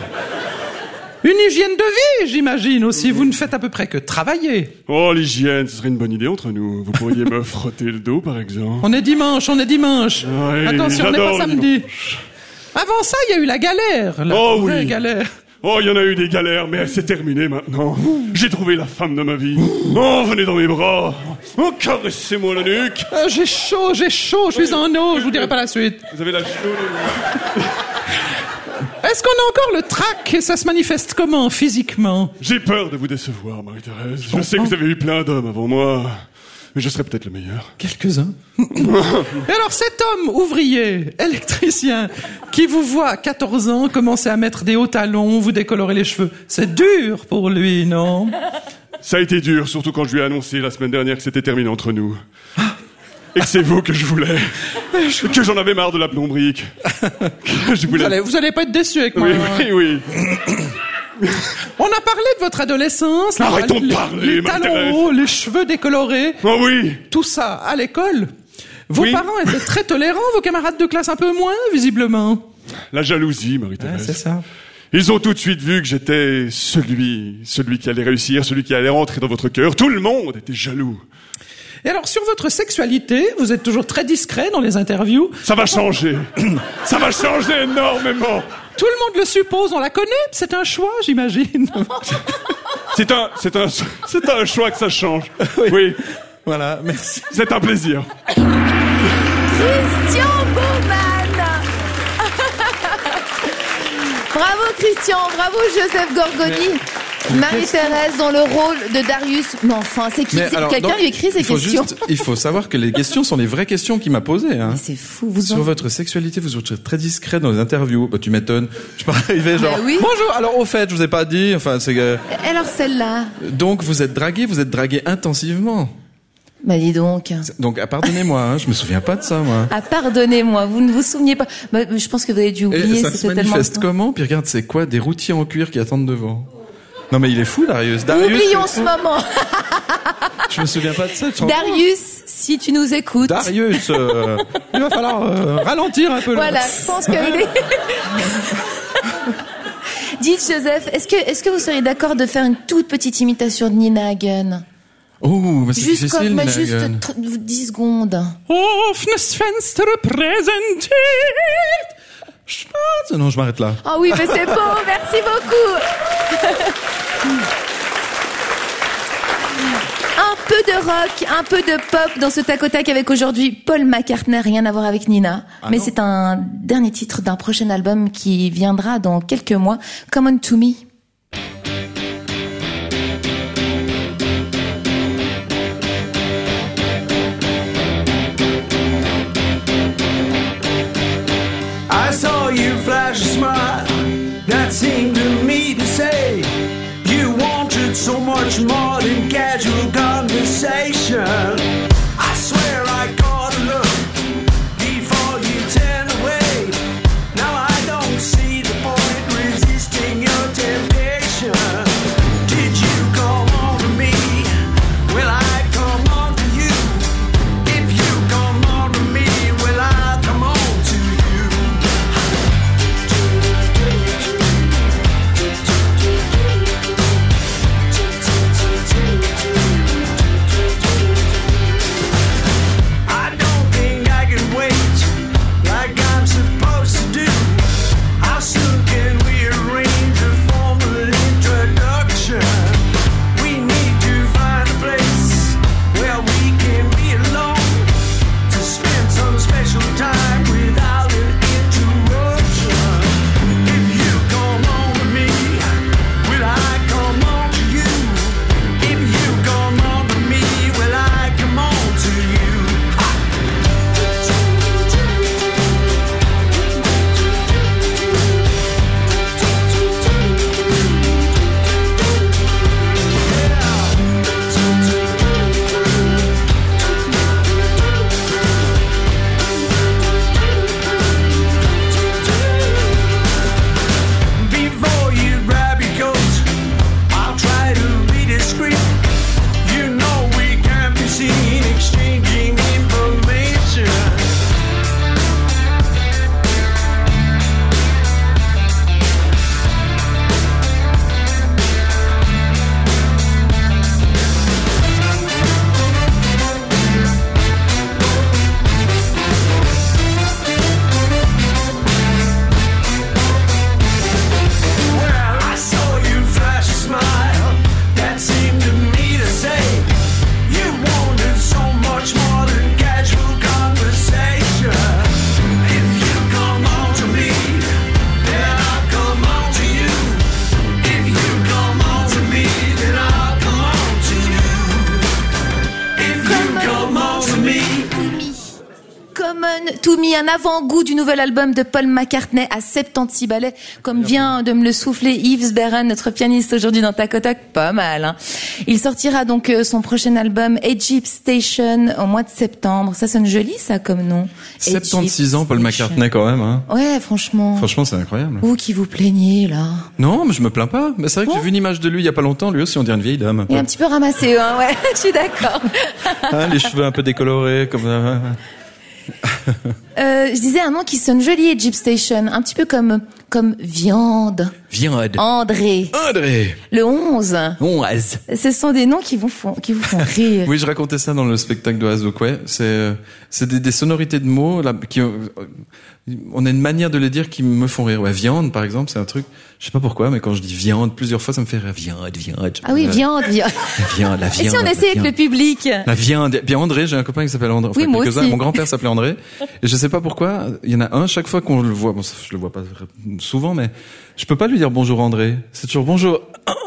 Une hygiène de vie, j'imagine aussi. Vous ne faites à peu près que travailler. Oh, l'hygiène, ce serait une bonne idée entre nous. Vous pourriez me frotter le dos, par exemple. On est dimanche. Ouais, attention, on n'est pas samedi. Avant ça, il y a eu la galère. Vraie galère. Oh, il y en a eu des galères, mais c'est terminé maintenant. J'ai trouvé la femme de ma vie. Oh, venez dans mes bras. Oh, caressez-moi la nuque. J'ai chaud, je suis en eau, je vous dirai pas la suite. Vous avez la chaude. Est-ce qu'on a encore le trac et ça se manifeste comment, physiquement? J'ai peur de vous décevoir, Marie-Thérèse. Je sais que vous avez eu plein d'hommes avant moi, mais je serai peut-être le meilleur. Quelques-uns. Et alors cet homme ouvrier, électricien, qui vous voit à 14 ans commencer à mettre des hauts talons, vous décolorer les cheveux, c'est dur pour lui, non? Ça a été dur, surtout quand je lui ai annoncé la semaine dernière que c'était terminé entre nous. Et que c'est vous que je voulais. Que j'en avais marre de la plombrique. Vous allez pas être déçu avec moi. Oui. On a parlé de votre adolescence. Arrêtons de parler, les talons hauts, les cheveux décolorés. Oh oui. Tout ça à l'école. Vos parents étaient très tolérants, vos camarades de classe un peu moins, visiblement. La jalousie, Marie-Thérèse. Ouais, c'est ça. Ils ont tout de suite vu que j'étais celui qui allait réussir, celui qui allait rentrer dans votre cœur. Tout le monde était jaloux. Et alors, sur votre sexualité, vous êtes toujours très discret dans les interviews. Ça va changer. Ça va changer énormément. Tout le monde le suppose, on la connaît. C'est un choix, j'imagine. C'est un choix que ça change. Oui. Voilà, merci. C'est un plaisir. Christian Baumann. Bravo Christian, bravo Joseph Gorgoni. Marie-Thérèse dans le rôle de Darius. Non, enfin, c'est qui? Quelqu'un lui écrit ces questions. Il faut savoir que les questions sont les vraies questions qu'il m'a posées. Hein. Mais c'est fou. Sur votre sexualité, vous êtes très discret dans les interviews. Bah, tu m'étonnes. Je peux arriver genre, oui. bonjour, alors au fait, je vous ai pas dit, enfin, c'est... Alors celle-là. Donc, vous êtes dragué intensivement. Bah dis donc. Donc, pardonnez-moi, hein, je me souviens pas de ça, moi. Pardonnez-moi, vous ne vous souveniez pas. Bah, je pense que vous avez dû oublier. Et ça se manifeste comment? Puis regarde, c'est quoi? Des routiers en cuir qui attendent devant. Non mais il est fou, Darius. Oublions ce moment. Je me souviens pas de ça. Darius, si tu nous écoutes. Darius, il va falloir ralentir un peu. Voilà, je pense que... Dites Joseph, est-ce que vous seriez d'accord de faire une toute petite imitation de Nina Hagen? Oh, mais c'est difficile, Nina juste Hagen. 10 secondes. Offenes Fenster präsentiert. Non, je m'arrête là. Oh oui, mais c'est beau, merci beaucoup. Un peu de rock, un peu de pop dans ce tac au tac avec aujourd'hui Paul McCartney, rien à voir avec Nina. Mais c'est un dernier titre d'un prochain album qui viendra dans quelques mois, Come On To Me. I saw you flash a smile that seemed to me to say you wanted so much more than casual conversation. I swear I caught a look before you turned away. Now I don't see the point resisting your temptation. Did you come on to me? Will I come on to you? If you come on to me, will I come on to you? I don't think I can wait like I'm supposed to do. How soon can we arrange a formal introduction? We need to find a place where we can be alone to spend some special time without an interruption. If you come on to me, will I come on to you? If you come on to me, will I come on to you? Before you grab your coat, I'll try to be discreet. You know we can't be seen exchanging information. Well, I saw you flash a smile that seemed to me to say you wanted so much more than casual conversation. If you come on to me, then I'll come on to you. If you come on to me, then I'll come on to you. If you come on to me. Common to Me, un avant-goût du nouvel album de Paul McCartney à 76 ballets, comme vient de me le souffler Yves Berren, notre pianiste aujourd'hui dans Tac au Tac. Pas mal, hein. Il sortira donc son prochain album Egypt Station au mois de septembre. Ça sonne joli, ça, comme nom. 76 ans, Paul Egypt McCartney, quand même, hein. Ouais, franchement. Franchement, c'est incroyable. Vous qui vous plaignez, là. Non, mais je me plains pas. Mais c'est vrai que j'ai vu une image de lui il y a pas longtemps. Lui aussi, on dirait une vieille dame. Un Il est peu. un petit peu ramassé, hein, ouais. Je suis d'accord. Hein, les cheveux un peu décolorés, comme ça. Je disais un nom qui sonne joli, Egypt Station. Un petit peu comme viande. Viande. André. André. Le 11. 11. Ce sont des noms qui vous font rire. Oui, je racontais ça dans le spectacle de Hazouk, ouais. C'est des sonorités de mots, là, on a une manière de les dire qui me font rire. Ouais, viande, par exemple, c'est un truc, je sais pas pourquoi, mais quand je dis viande, plusieurs fois, ça me fait rire. Viande. Ah oui, viande. La viande. Et si on essayait avec le public? La viande. Puis André, j'ai un copain qui s'appelle André. Enfin, Oui, moi quelques-uns. aussi. Mon grand-père s'appelait André. Et je sais pas pourquoi, il y en a un, chaque fois qu'on le voit, bon, je le vois pas souvent, mais je peux pas lui dire bonjour André. C'est toujours bonjour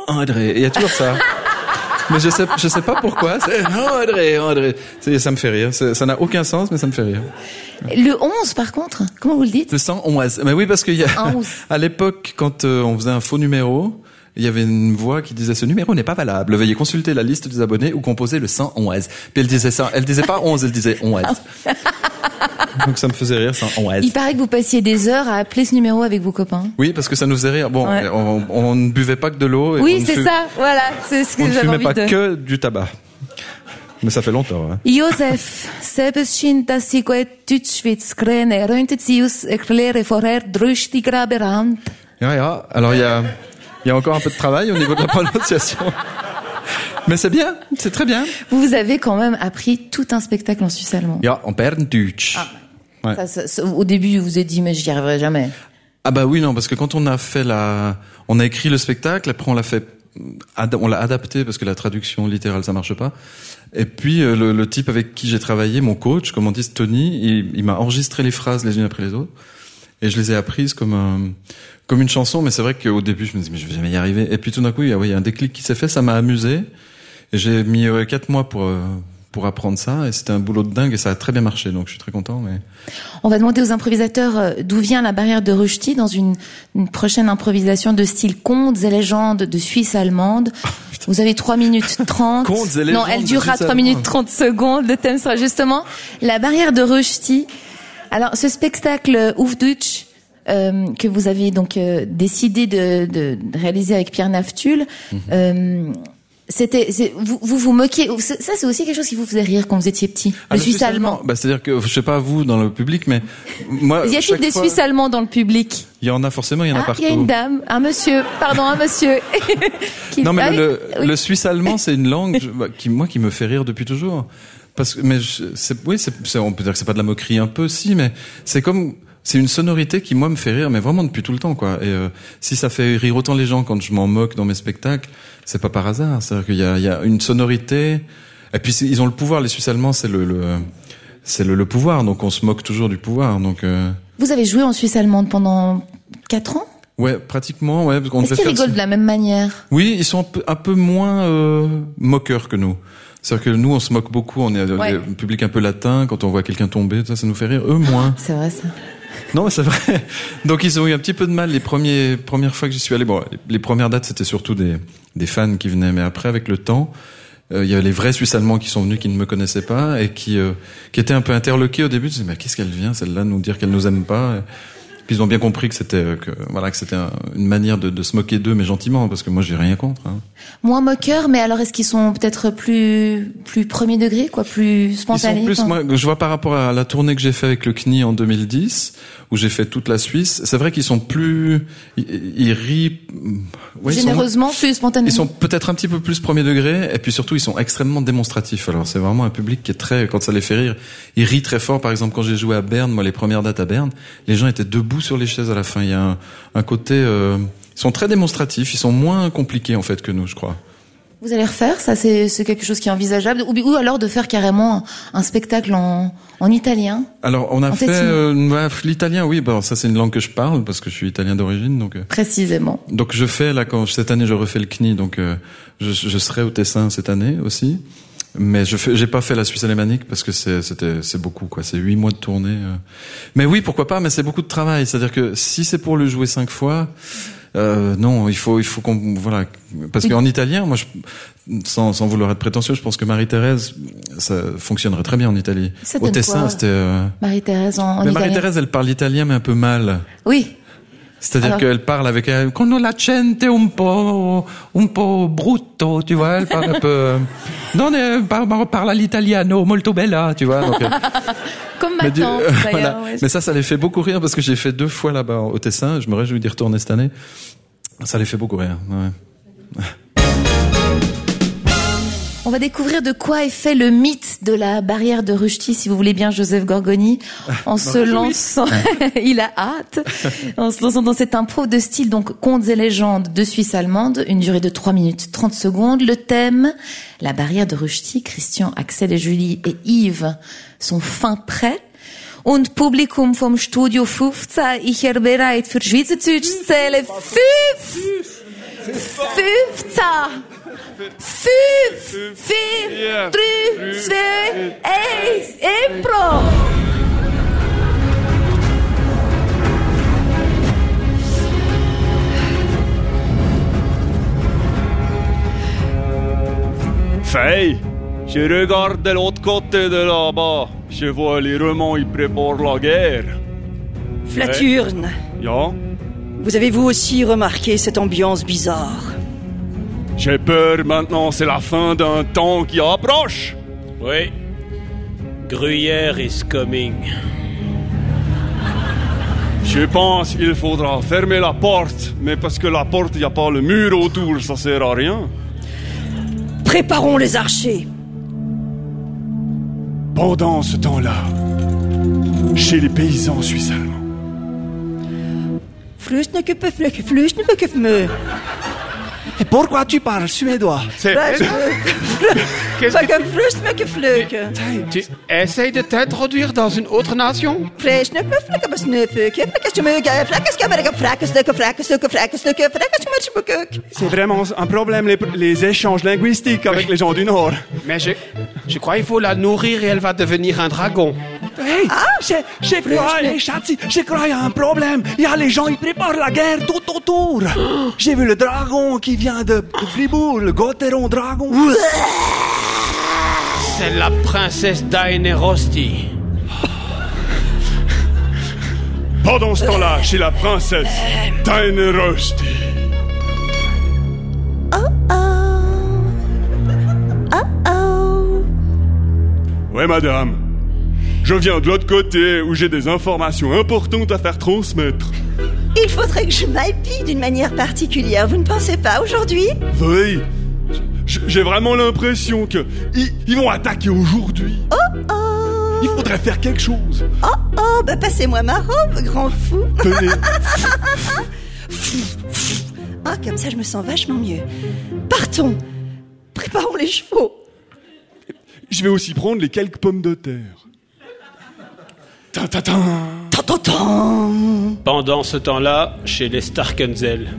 André. Et il y a toujours ça. Mais je sais pas pourquoi. C'est André. Ça me fait rire. Ça n'a aucun sens, mais ça me fait rire. Le 11, par contre, comment vous le dites? Le 111. Mais oui, parce qu'il y a, à l'époque, quand on faisait un faux numéro, il y avait une voix qui disait ce numéro n'est pas valable. Veuillez consulter la liste des abonnés ou composer le 111. Puis elle disait ça. Elle disait pas 11, elle disait 11. Donc ça me faisait rire, 111. Il paraît que vous passiez des heures à appeler ce numéro avec vos copains. Oui, parce que ça nous faisait rire. Bon, ouais. on ne buvait pas que de l'eau. Oui, c'est ça. Voilà, c'est ce que j'avais envie de... On ne fumait pas que du tabac. Mais ça fait longtemps, hein. Josef, selbst schien, dass Sie gut Deutschschweiz können. Könnten Sie uns erklären vorher Rösti Graberand? Ja. Alors il y a encore un peu de travail au niveau de la prononciation. Mais c'est bien, c'est très bien. Vous avez quand même appris tout un spectacle en suisse allemand. Ja, en Berndeutsch. Ouais. Ça, au début, vous vous êtes dit, mais j'y arriverai jamais. Ah bah oui, non, parce que quand on a écrit le spectacle, après on l'a adapté parce que la traduction littérale ça marche pas. Et puis le type avec qui j'ai travaillé, mon coach, comme on dit, Tony, il m'a enregistré les phrases les unes après les autres. Et je les ai apprises comme une chanson, mais c'est vrai qu'au début je me disais mais je vais jamais y arriver. Et puis tout d'un coup il y a un déclic qui s'est fait, ça m'a amusé. Et j'ai mis 4 mois pour apprendre ça, et c'était un boulot de dingue, et ça a très bien marché, donc je suis très content. Mais on va demander aux improvisateurs d'où vient la barrière de Rushdie dans une prochaine improvisation de style contes et légendes de Suisse allemande. Vous avez 3 minutes 30. Contes et légendes. Non, elle durera 3 minutes 30 secondes. Le thème sera justement la barrière de Rushdie. Alors, ce spectacle Auf Deutsch, que vous avez donc décidé de réaliser avec Pierre Naftul, vous vous moquiez. Ça, c'est aussi quelque chose qui vous faisait rire quand vous étiez petit. Le Suisse allemand. Bah, c'est-à-dire que, je sais pas vous dans le public, mais moi. Y a-t-il des Suisses allemands dans le public? Il y en a forcément, il y en a partout. Il y a une dame, un monsieur. Non, mais le Suisse allemand, c'est une langue qui me fait rire depuis toujours. Parce que, mais on peut dire que c'est pas de la moquerie un peu, si, mais c'est une sonorité qui, moi, me fait rire, mais vraiment depuis tout le temps, quoi. Et si ça fait rire autant les gens quand je m'en moque dans mes spectacles, c'est pas par hasard. C'est-à-dire qu'il y a une sonorité. Et puis ils ont le pouvoir. Les Suisses allemands, c'est le pouvoir. Donc on se moque toujours du pouvoir. Donc. Vous avez joué en Suisse allemande pendant 4 ans? Ouais, pratiquement. Ouais. Est-ce qu'ils rigolent de la même manière? Oui, ils sont un peu moins moqueurs que nous. C'est-à-dire que nous, on se moque beaucoup. On est un public un peu latin. Quand on voit quelqu'un tomber, ça nous fait rire. Eux, moins. C'est vrai, ça. Non, mais c'est vrai. Donc ils ont eu un petit peu de mal les premières fois que j'y suis allé. Bon, les premières dates, c'était surtout des fans qui venaient, mais après, avec le temps, il y avait les vrais Suisses allemands qui sont venus, qui ne me connaissaient pas et qui étaient un peu interloqués au début. Ils se disaient, mais qu'est-ce qu'elle vient, celle-là, nous dire qu'elle nous aime pas? Puis ils ont bien compris que c'était une manière de se moquer d'eux, mais gentiment, parce que moi j'ai rien contre. Hein. Moins moqueurs, mais alors est-ce qu'ils sont peut-être plus premier degré, quoi, plus spontanés? Ils sont plus. Moi, je vois par rapport à la tournée que j'ai fait avec le CNI en 2010, où j'ai fait toute la Suisse. C'est vrai qu'ils sont plus, ils rient. Ouais, généreusement, plus spontanés. Ils sont peut-être un petit peu plus premier degré, et puis surtout ils sont extrêmement démonstratifs. Alors c'est vraiment un public qui est très, quand ça les fait rire, ils rient très fort. Par exemple, quand j'ai joué à Berne, moi les premières dates à Berne, les gens étaient debout sur les chaises à la fin. Il y a un côté, ils sont très démonstratifs, ils sont moins compliqués en fait que nous, je crois. Vous allez refaire ça? C'est quelque chose qui est envisageable, ou alors de faire carrément un spectacle en italien? Alors on a fait l'italien, oui. Bon, ça c'est une langue que je parle parce que je suis italien d'origine, donc. Précisément. Donc je fais là cette année je refais le CNI, donc je serai au Tessin cette année aussi. Mais j'ai pas fait la Suisse alémanique parce que c'est beaucoup, quoi. C'est 8 mois de tournée. Mais oui, pourquoi pas, mais c'est beaucoup de travail. C'est-à-dire que si c'est pour le jouer 5 fois, non, il faut qu'on, voilà. Parce qu'en italien, moi, sans vouloir être prétentieux, je pense que Marie-Thérèse, ça fonctionnerait très bien en Italie. Au Tessin, c'était, Marie-Thérèse en mais italien. Marie-Thérèse, elle parle l'italien, mais un peu mal. Oui. C'est-à-dire qu'elle parle avec con l'accente un po' brutto, tu vois, elle parle un peu non, parle all'italiano molto bella, tu vois. Donc, comme ma tante, d'ailleurs. Voilà. Ouais. Mais ça les fait beaucoup rire parce que j'ai fait 2 fois là-bas au Tessin, je me réjouis d'y retourner cette année. Ça les fait beaucoup rire. Ouais. On va découvrir de quoi est fait le mythe de la barrière de Rushdie, si vous voulez bien, Joseph Gorgoni, en se lançant, il a hâte, en se lançant dans cette impro de style, donc, contes et légendes de Suisse allemande, une durée de 3 minutes 30 secondes. Le thème, la barrière de Rushdie. Christian, Axel et Julie et Yves sont fin prêts. Und Publikum vom Studio 15, ich bereit für Schweizerdeutsch zähle 5, Fufta. Fuf. Fir. Tru. Sve. Eis. Impro. Faye, je regarde de l'autre côté de là-bas. Je vois les Romains, ils préparent la guerre. Flaturne, Ja, vous avez vous aussi remarqué cette ambiance bizarre? j'ai peur maintenant, c'est la fin d'un temps qui approche. Oui. Gruyère is coming. Je pense qu'il faudra fermer la porte, mais parce que la porte, il n'y a pas le mur autour, ça sert à rien. Préparons les archers. Pendant ce temps-là, chez les paysans suisses allemands. Et pourquoi tu parles suédois? Tu essayes de t'introduire dans une autre nation? C'est vraiment un problème, les échanges linguistiques avec les gens du Nord. Mais je crois qu'il faut la nourrir et elle va devenir un dragon. Hey, j'ai crois il y a un problème. Il y a les gens, ils préparent la guerre tout autour. J'ai vu le dragon qui vient de Fribourg, le Gotteron dragon. C'est la princesse Daenerosti. Pendant ce temps-là, chez la princesse Daenerosti. Ouais, madame. Je viens de l'autre côté où j'ai des informations importantes à faire transmettre. Il faudrait que je m'habille d'une manière particulière, vous ne pensez pas aujourd'hui? Oui. J'ai vraiment l'impression que ils vont attaquer aujourd'hui. Il faudrait faire quelque chose. Bah passez-moi ma robe, grand fou. Tenez. Comme ça je me sens vachement mieux. Partons. Préparons les chevaux. Je vais aussi prendre les quelques pommes de terre. Pendant ce temps-là, chez les Starkenzel.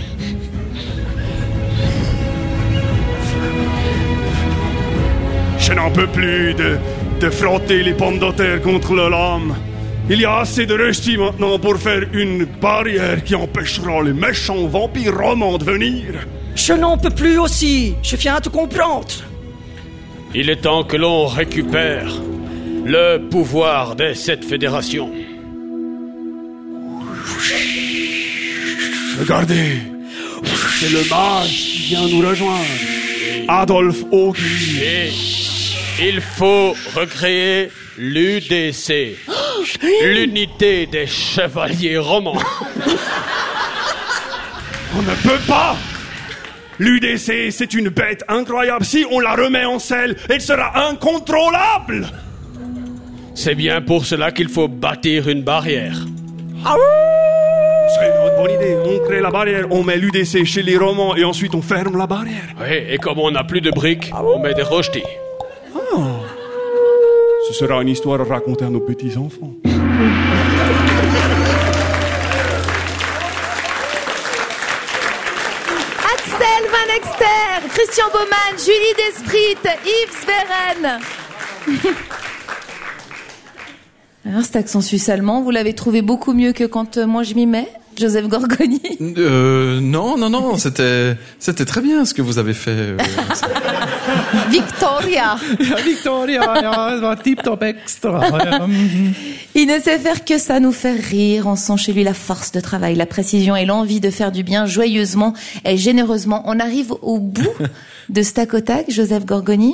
Je n'en peux plus de frotter les pommes de terre contre la lame. Il y a assez de Rusty maintenant pour faire une barrière qui empêchera les méchants vampires romans de venir. Je n'en peux plus aussi. Je viens à te comprendre. Il est temps que l'on récupère le pouvoir de cette fédération. Regardez, c'est le mage qui vient nous rejoindre. Adolf Ogli. Et il faut recréer l'UDC, l'unité des chevaliers romans. On ne peut pas. L'UDC, c'est une bête incroyable. Si on la remet en selle, elle sera incontrôlable. C'est bien pour cela qu'il faut bâtir une barrière. C'est une bonne idée. On crée la barrière, on met l'UDC chez les romans et ensuite on ferme la barrière. Oui, et comme on n'a plus de briques, on met des rochetis. Ce sera une histoire à raconter à nos petits-enfants. Axel Van Exter, Christian Baumann, Julie Desprit, Yves Sveren. Alors cet accent suisse-allemand, vous l'avez trouvé beaucoup mieux que quand moi je m'y mets, Joseph Gorgoni? Non, c'était très bien ce que vous avez fait. Victoria. Victoria, tip-top extra. Il ne sait faire que ça, nous faire rire. On sent chez lui la force de travail, la précision et l'envie de faire du bien joyeusement et généreusement. On arrive au bout de Tac au Tac, Joseph Gorgoni.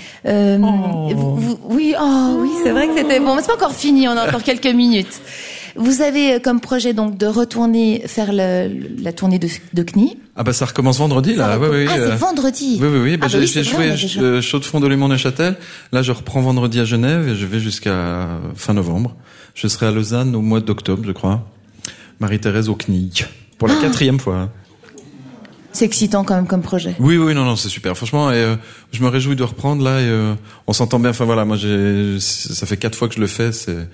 Oui. Oui, c'est vrai que c'était bon. Mais c'est pas encore fini, on a encore quelques minutes. Vous avez comme projet donc de retourner faire la tournée de CNI. Ah bah ça recommence vendredi là. Oui. C'est vendredi. Oui. Bah, j'ai joué Chaux de Fonds de Léman Neuchâtel. Là je reprends vendredi à Genève et je vais jusqu'à fin novembre. Je serai à Lausanne au mois d'octobre, je crois. Marie-Thérèse au CNI pour la 4e fois. C'est excitant quand même comme projet. Oui, non, c'est super. Franchement, je me réjouis de reprendre là. Et, on s'entend bien. Enfin voilà, moi ça fait 4 fois que je le fais.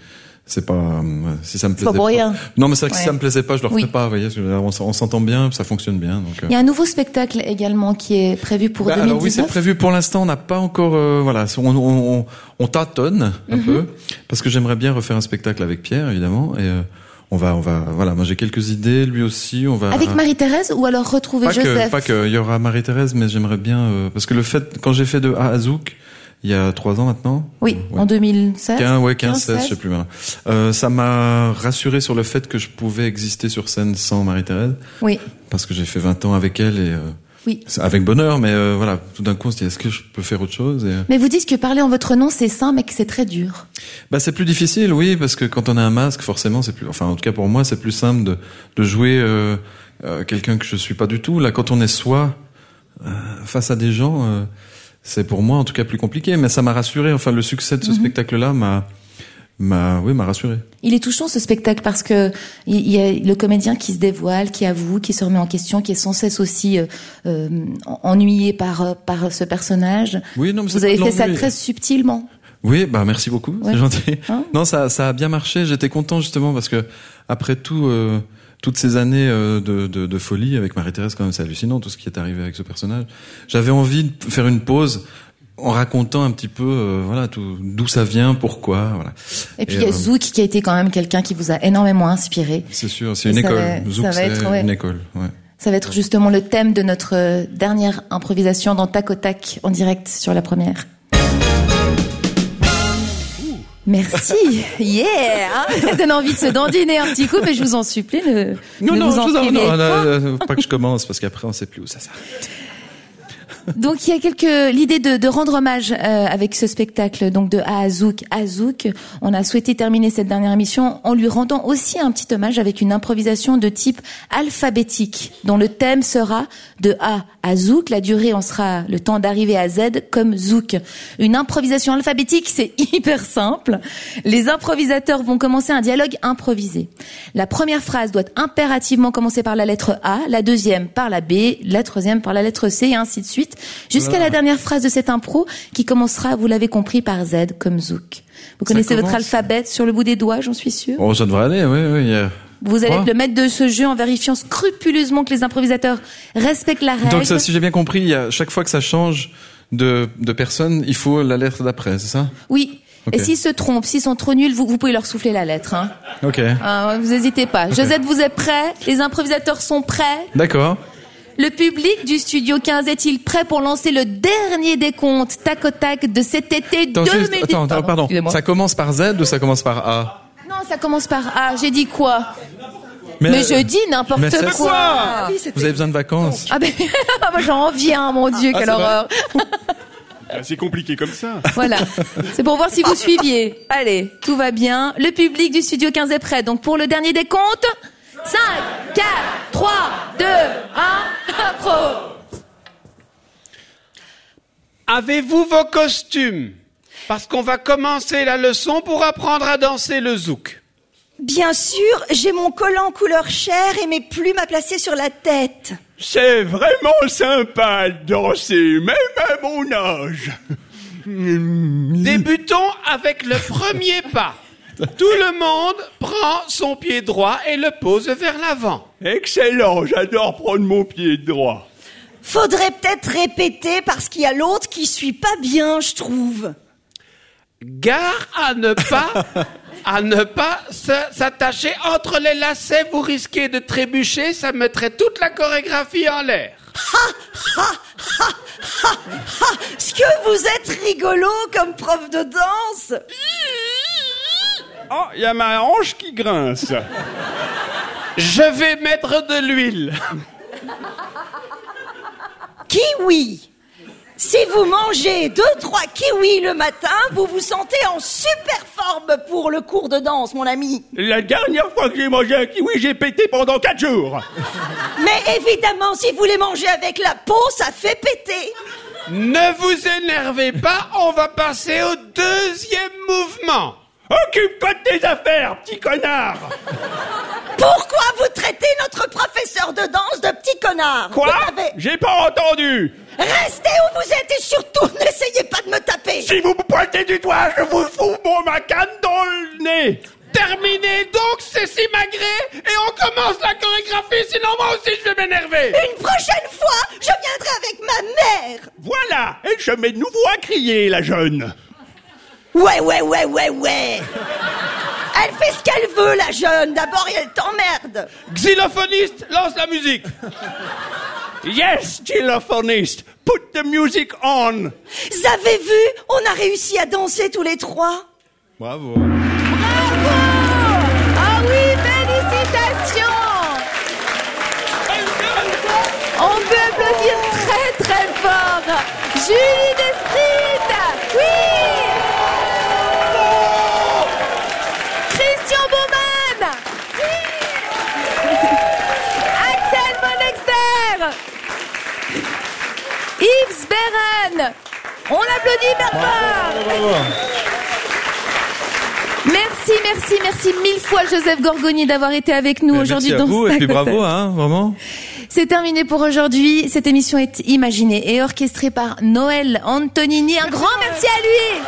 c'est pas si ça me plaisait pas pour rien. Non, mais c'est vrai que si Ouais. ça me plaisait pas, je le referais Oui. pas. Vous voyez, on s'entend bien, ça fonctionne bien. Donc, Il y a un nouveau spectacle également qui est prévu pour 2019. alors oui, c'est prévu pour l'instant. On n'a pas encore, voilà, on tâtonne un peu parce que j'aimerais bien refaire un spectacle avec Pierre, évidemment, et on va, voilà. Moi, j'ai quelques idées, lui aussi. On va Avec Marie-Thérèse ou alors retrouver Joseph? pas que. Il y aura Marie-Thérèse, mais j'aimerais bien parce que quand j'ai fait de A à Zouk, il y a 3 ans maintenant. Oui, en 2016. 15-16, je sais plus maintenant. Ça m'a rassuré sur le fait que je pouvais exister sur scène sans Marie-Thérèse. Oui. Parce que j'ai fait 20 ans avec elle et Oui. avec bonheur, mais voilà, tout d'un coup on se dit est-ce que je peux faire autre chose et... Mais vous dites que parler en votre nom c'est sain, mais que c'est très dur. Bah c'est plus difficile, oui, parce que quand on a un masque, forcément c'est plus, enfin en tout cas pour moi c'est plus simple de jouer quelqu'un que je suis pas du tout. Là, quand on est soi face à des gens, c'est pour moi en tout cas plus compliqué, mais ça m'a rassuré. Enfin, le succès de ce spectacle-là m'a rassuré. Il est touchant ce spectacle parce que il y a le comédien qui se dévoile, qui avoue, qui se remet en question, qui est sans cesse aussi ennuyé par ce personnage. Oui, non, mais vous avez fait ça très subtilement. Oui, bah merci beaucoup, Ouais. c'est gentil. Hein Non, ça a bien marché. J'étais content justement parce que après tout, toutes ces années de folie avec Marie-Thérèse, quand même, c'est hallucinant tout ce qui est arrivé avec ce personnage. J'avais envie de faire une pause en racontant un petit peu, voilà, d'où ça vient, pourquoi, voilà. Et puis il y a Zouk qui a été quand même quelqu'un qui vous a énormément inspiré. C'est sûr, c'est une Et école. Zouk, ça va être, ouais. une école. Ouais. Ça va être justement le thème de notre dernière improvisation dans Tac au Tac en direct sur la première. Merci, yeah, ça donne envie de se dandiner un petit coup, mais je vous en supplie, ne vous en privez pas. Faut pas que je commence parce qu'après on sait plus où ça s'arrête. Donc il y a l'idée de rendre hommage avec ce spectacle, donc de A à Zouk. On a souhaité terminer cette dernière émission en lui rendant aussi un petit hommage avec une improvisation de type alphabétique, dont le thème sera de A à Zouk. La durée en sera le temps d'arriver à Z comme Zouk. Une improvisation alphabétique, c'est hyper simple. Les improvisateurs vont commencer un dialogue improvisé. La première phrase doit impérativement commencer par la lettre A, la deuxième par la B, la troisième par la lettre C, et ainsi de suite. Jusqu'à la dernière phrase de cette impro qui commencera, vous l'avez compris, par Z comme Zouk. Vous connaissez votre alphabet sur le bout des doigts, j'en suis sûre. Oh, ça devrait aller, oui. Vous allez être le maître de ce jeu en vérifiant scrupuleusement que les improvisateurs respectent la règle. Donc ça, si j'ai bien compris, chaque fois que ça change de personne, il faut la lettre d'après, c'est ça? Oui. Okay. Et s'ils se trompent, s'ils sont trop nuls, vous pouvez leur souffler la lettre. Hein. Ok. Vous n'hésitez pas. Okay. Josette, vous êtes prêts? Les improvisateurs sont prêts? D'accord. Le public du Studio 15 est-il prêt pour lancer le dernier décompte tac au tac de cet été 2010? Pardon. Ça commence par Z ou ça commence par A? Non, ça commence par A. J'ai dit quoi? Mais je dis n'importe quoi. Vous avez besoin de vacances? Ah ben, moi j'en viens, mon Dieu, quelle horreur. C'est compliqué comme ça. Voilà. C'est pour voir si vous suiviez. Allez, tout va bien. Le public du Studio 15 est prêt. Donc pour le dernier décompte, 5, 4, 3, 2, 1, impro. Avez-vous vos costumes? Parce qu'on va commencer la leçon pour apprendre à danser le zouk. Bien sûr, j'ai mon collant couleur chair et mes plumes à placer sur la tête. C'est vraiment sympa de danser, même à mon âge. Débutons avec le premier pas. Tout le monde prend son pied droit et le pose vers l'avant. Excellent, j'adore prendre mon pied droit. Faudrait peut-être répéter parce qu'il y a l'autre qui suit pas bien, je trouve. Gare à ne pas s'attacher entre les lacets, vous risquez de trébucher, ça mettrait toute la chorégraphie en l'air. Ce que vous êtes rigolo comme prof de danse. Oh, il y a ma hanche qui grince. Je vais mettre de l'huile. Kiwi. Si vous mangez 2-3 kiwis le matin, vous vous sentez en super forme pour le cours de danse, mon ami. La dernière fois que j'ai mangé un kiwi, j'ai pété pendant 4 jours. Mais évidemment, si vous les mangez avec la peau, ça fait péter. Ne vous énervez pas, on va passer au deuxième mouvement. Occupe-toi de tes affaires, petit connard. Pourquoi vous traitez notre professeur de danse de petit connard? Quoi? J'ai pas entendu. Restez où vous êtes et surtout n'essayez pas de me taper. Si vous me pointez du doigt, je vous fous ma canne dans le nez. Terminé, donc c'est si magré et on commence la chorégraphie, sinon moi aussi je vais m'énerver. Une prochaine fois, je viendrai avec ma mère. Voilà, elle se met de nouveau à crier, la jeune. Ouais. Elle fait ce qu'elle veut, la jeune. D'abord, elle t'emmerde. Xylophoniste, lance la musique. Yes, xylophoniste, put the music on. Vous avez vu? On a réussi à danser tous les trois. Bravo. Bravo! Ah oui, félicitations! On peut applaudir très très fort. Julie Desprit, oui! Christian Baumann, oui! Axel Monexter, Yves Beren. On applaudit Bernard. Merci mille fois Joseph Gorgoni d'avoir été avec nous aujourd'hui dans vous, et puis Tac au Tac. bravo, hein, vraiment. C'est terminé pour aujourd'hui. Cette émission est imaginée et orchestrée par Noël Antonini. Un grand merci à lui.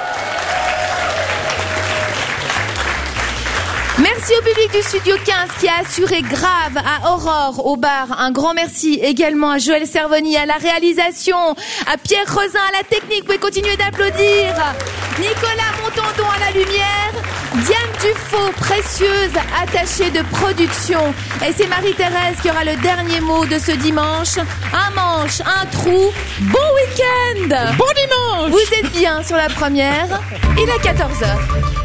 Merci au public du Studio 15 qui a assuré grave, à Aurore au bar. Un grand merci également à Joël Servoni à la réalisation, à Pierre Rosin à la technique. Vous pouvez continuer d'applaudir. Nicolas Montandon à la lumière. Diane Dufaux, précieuse attachée de production. Et c'est Marie-Thérèse qui aura le dernier mot de ce dimanche. Un manche, un trou. Bon week-end. Bon dimanche. Vous êtes bien sur la première. Il est 14h.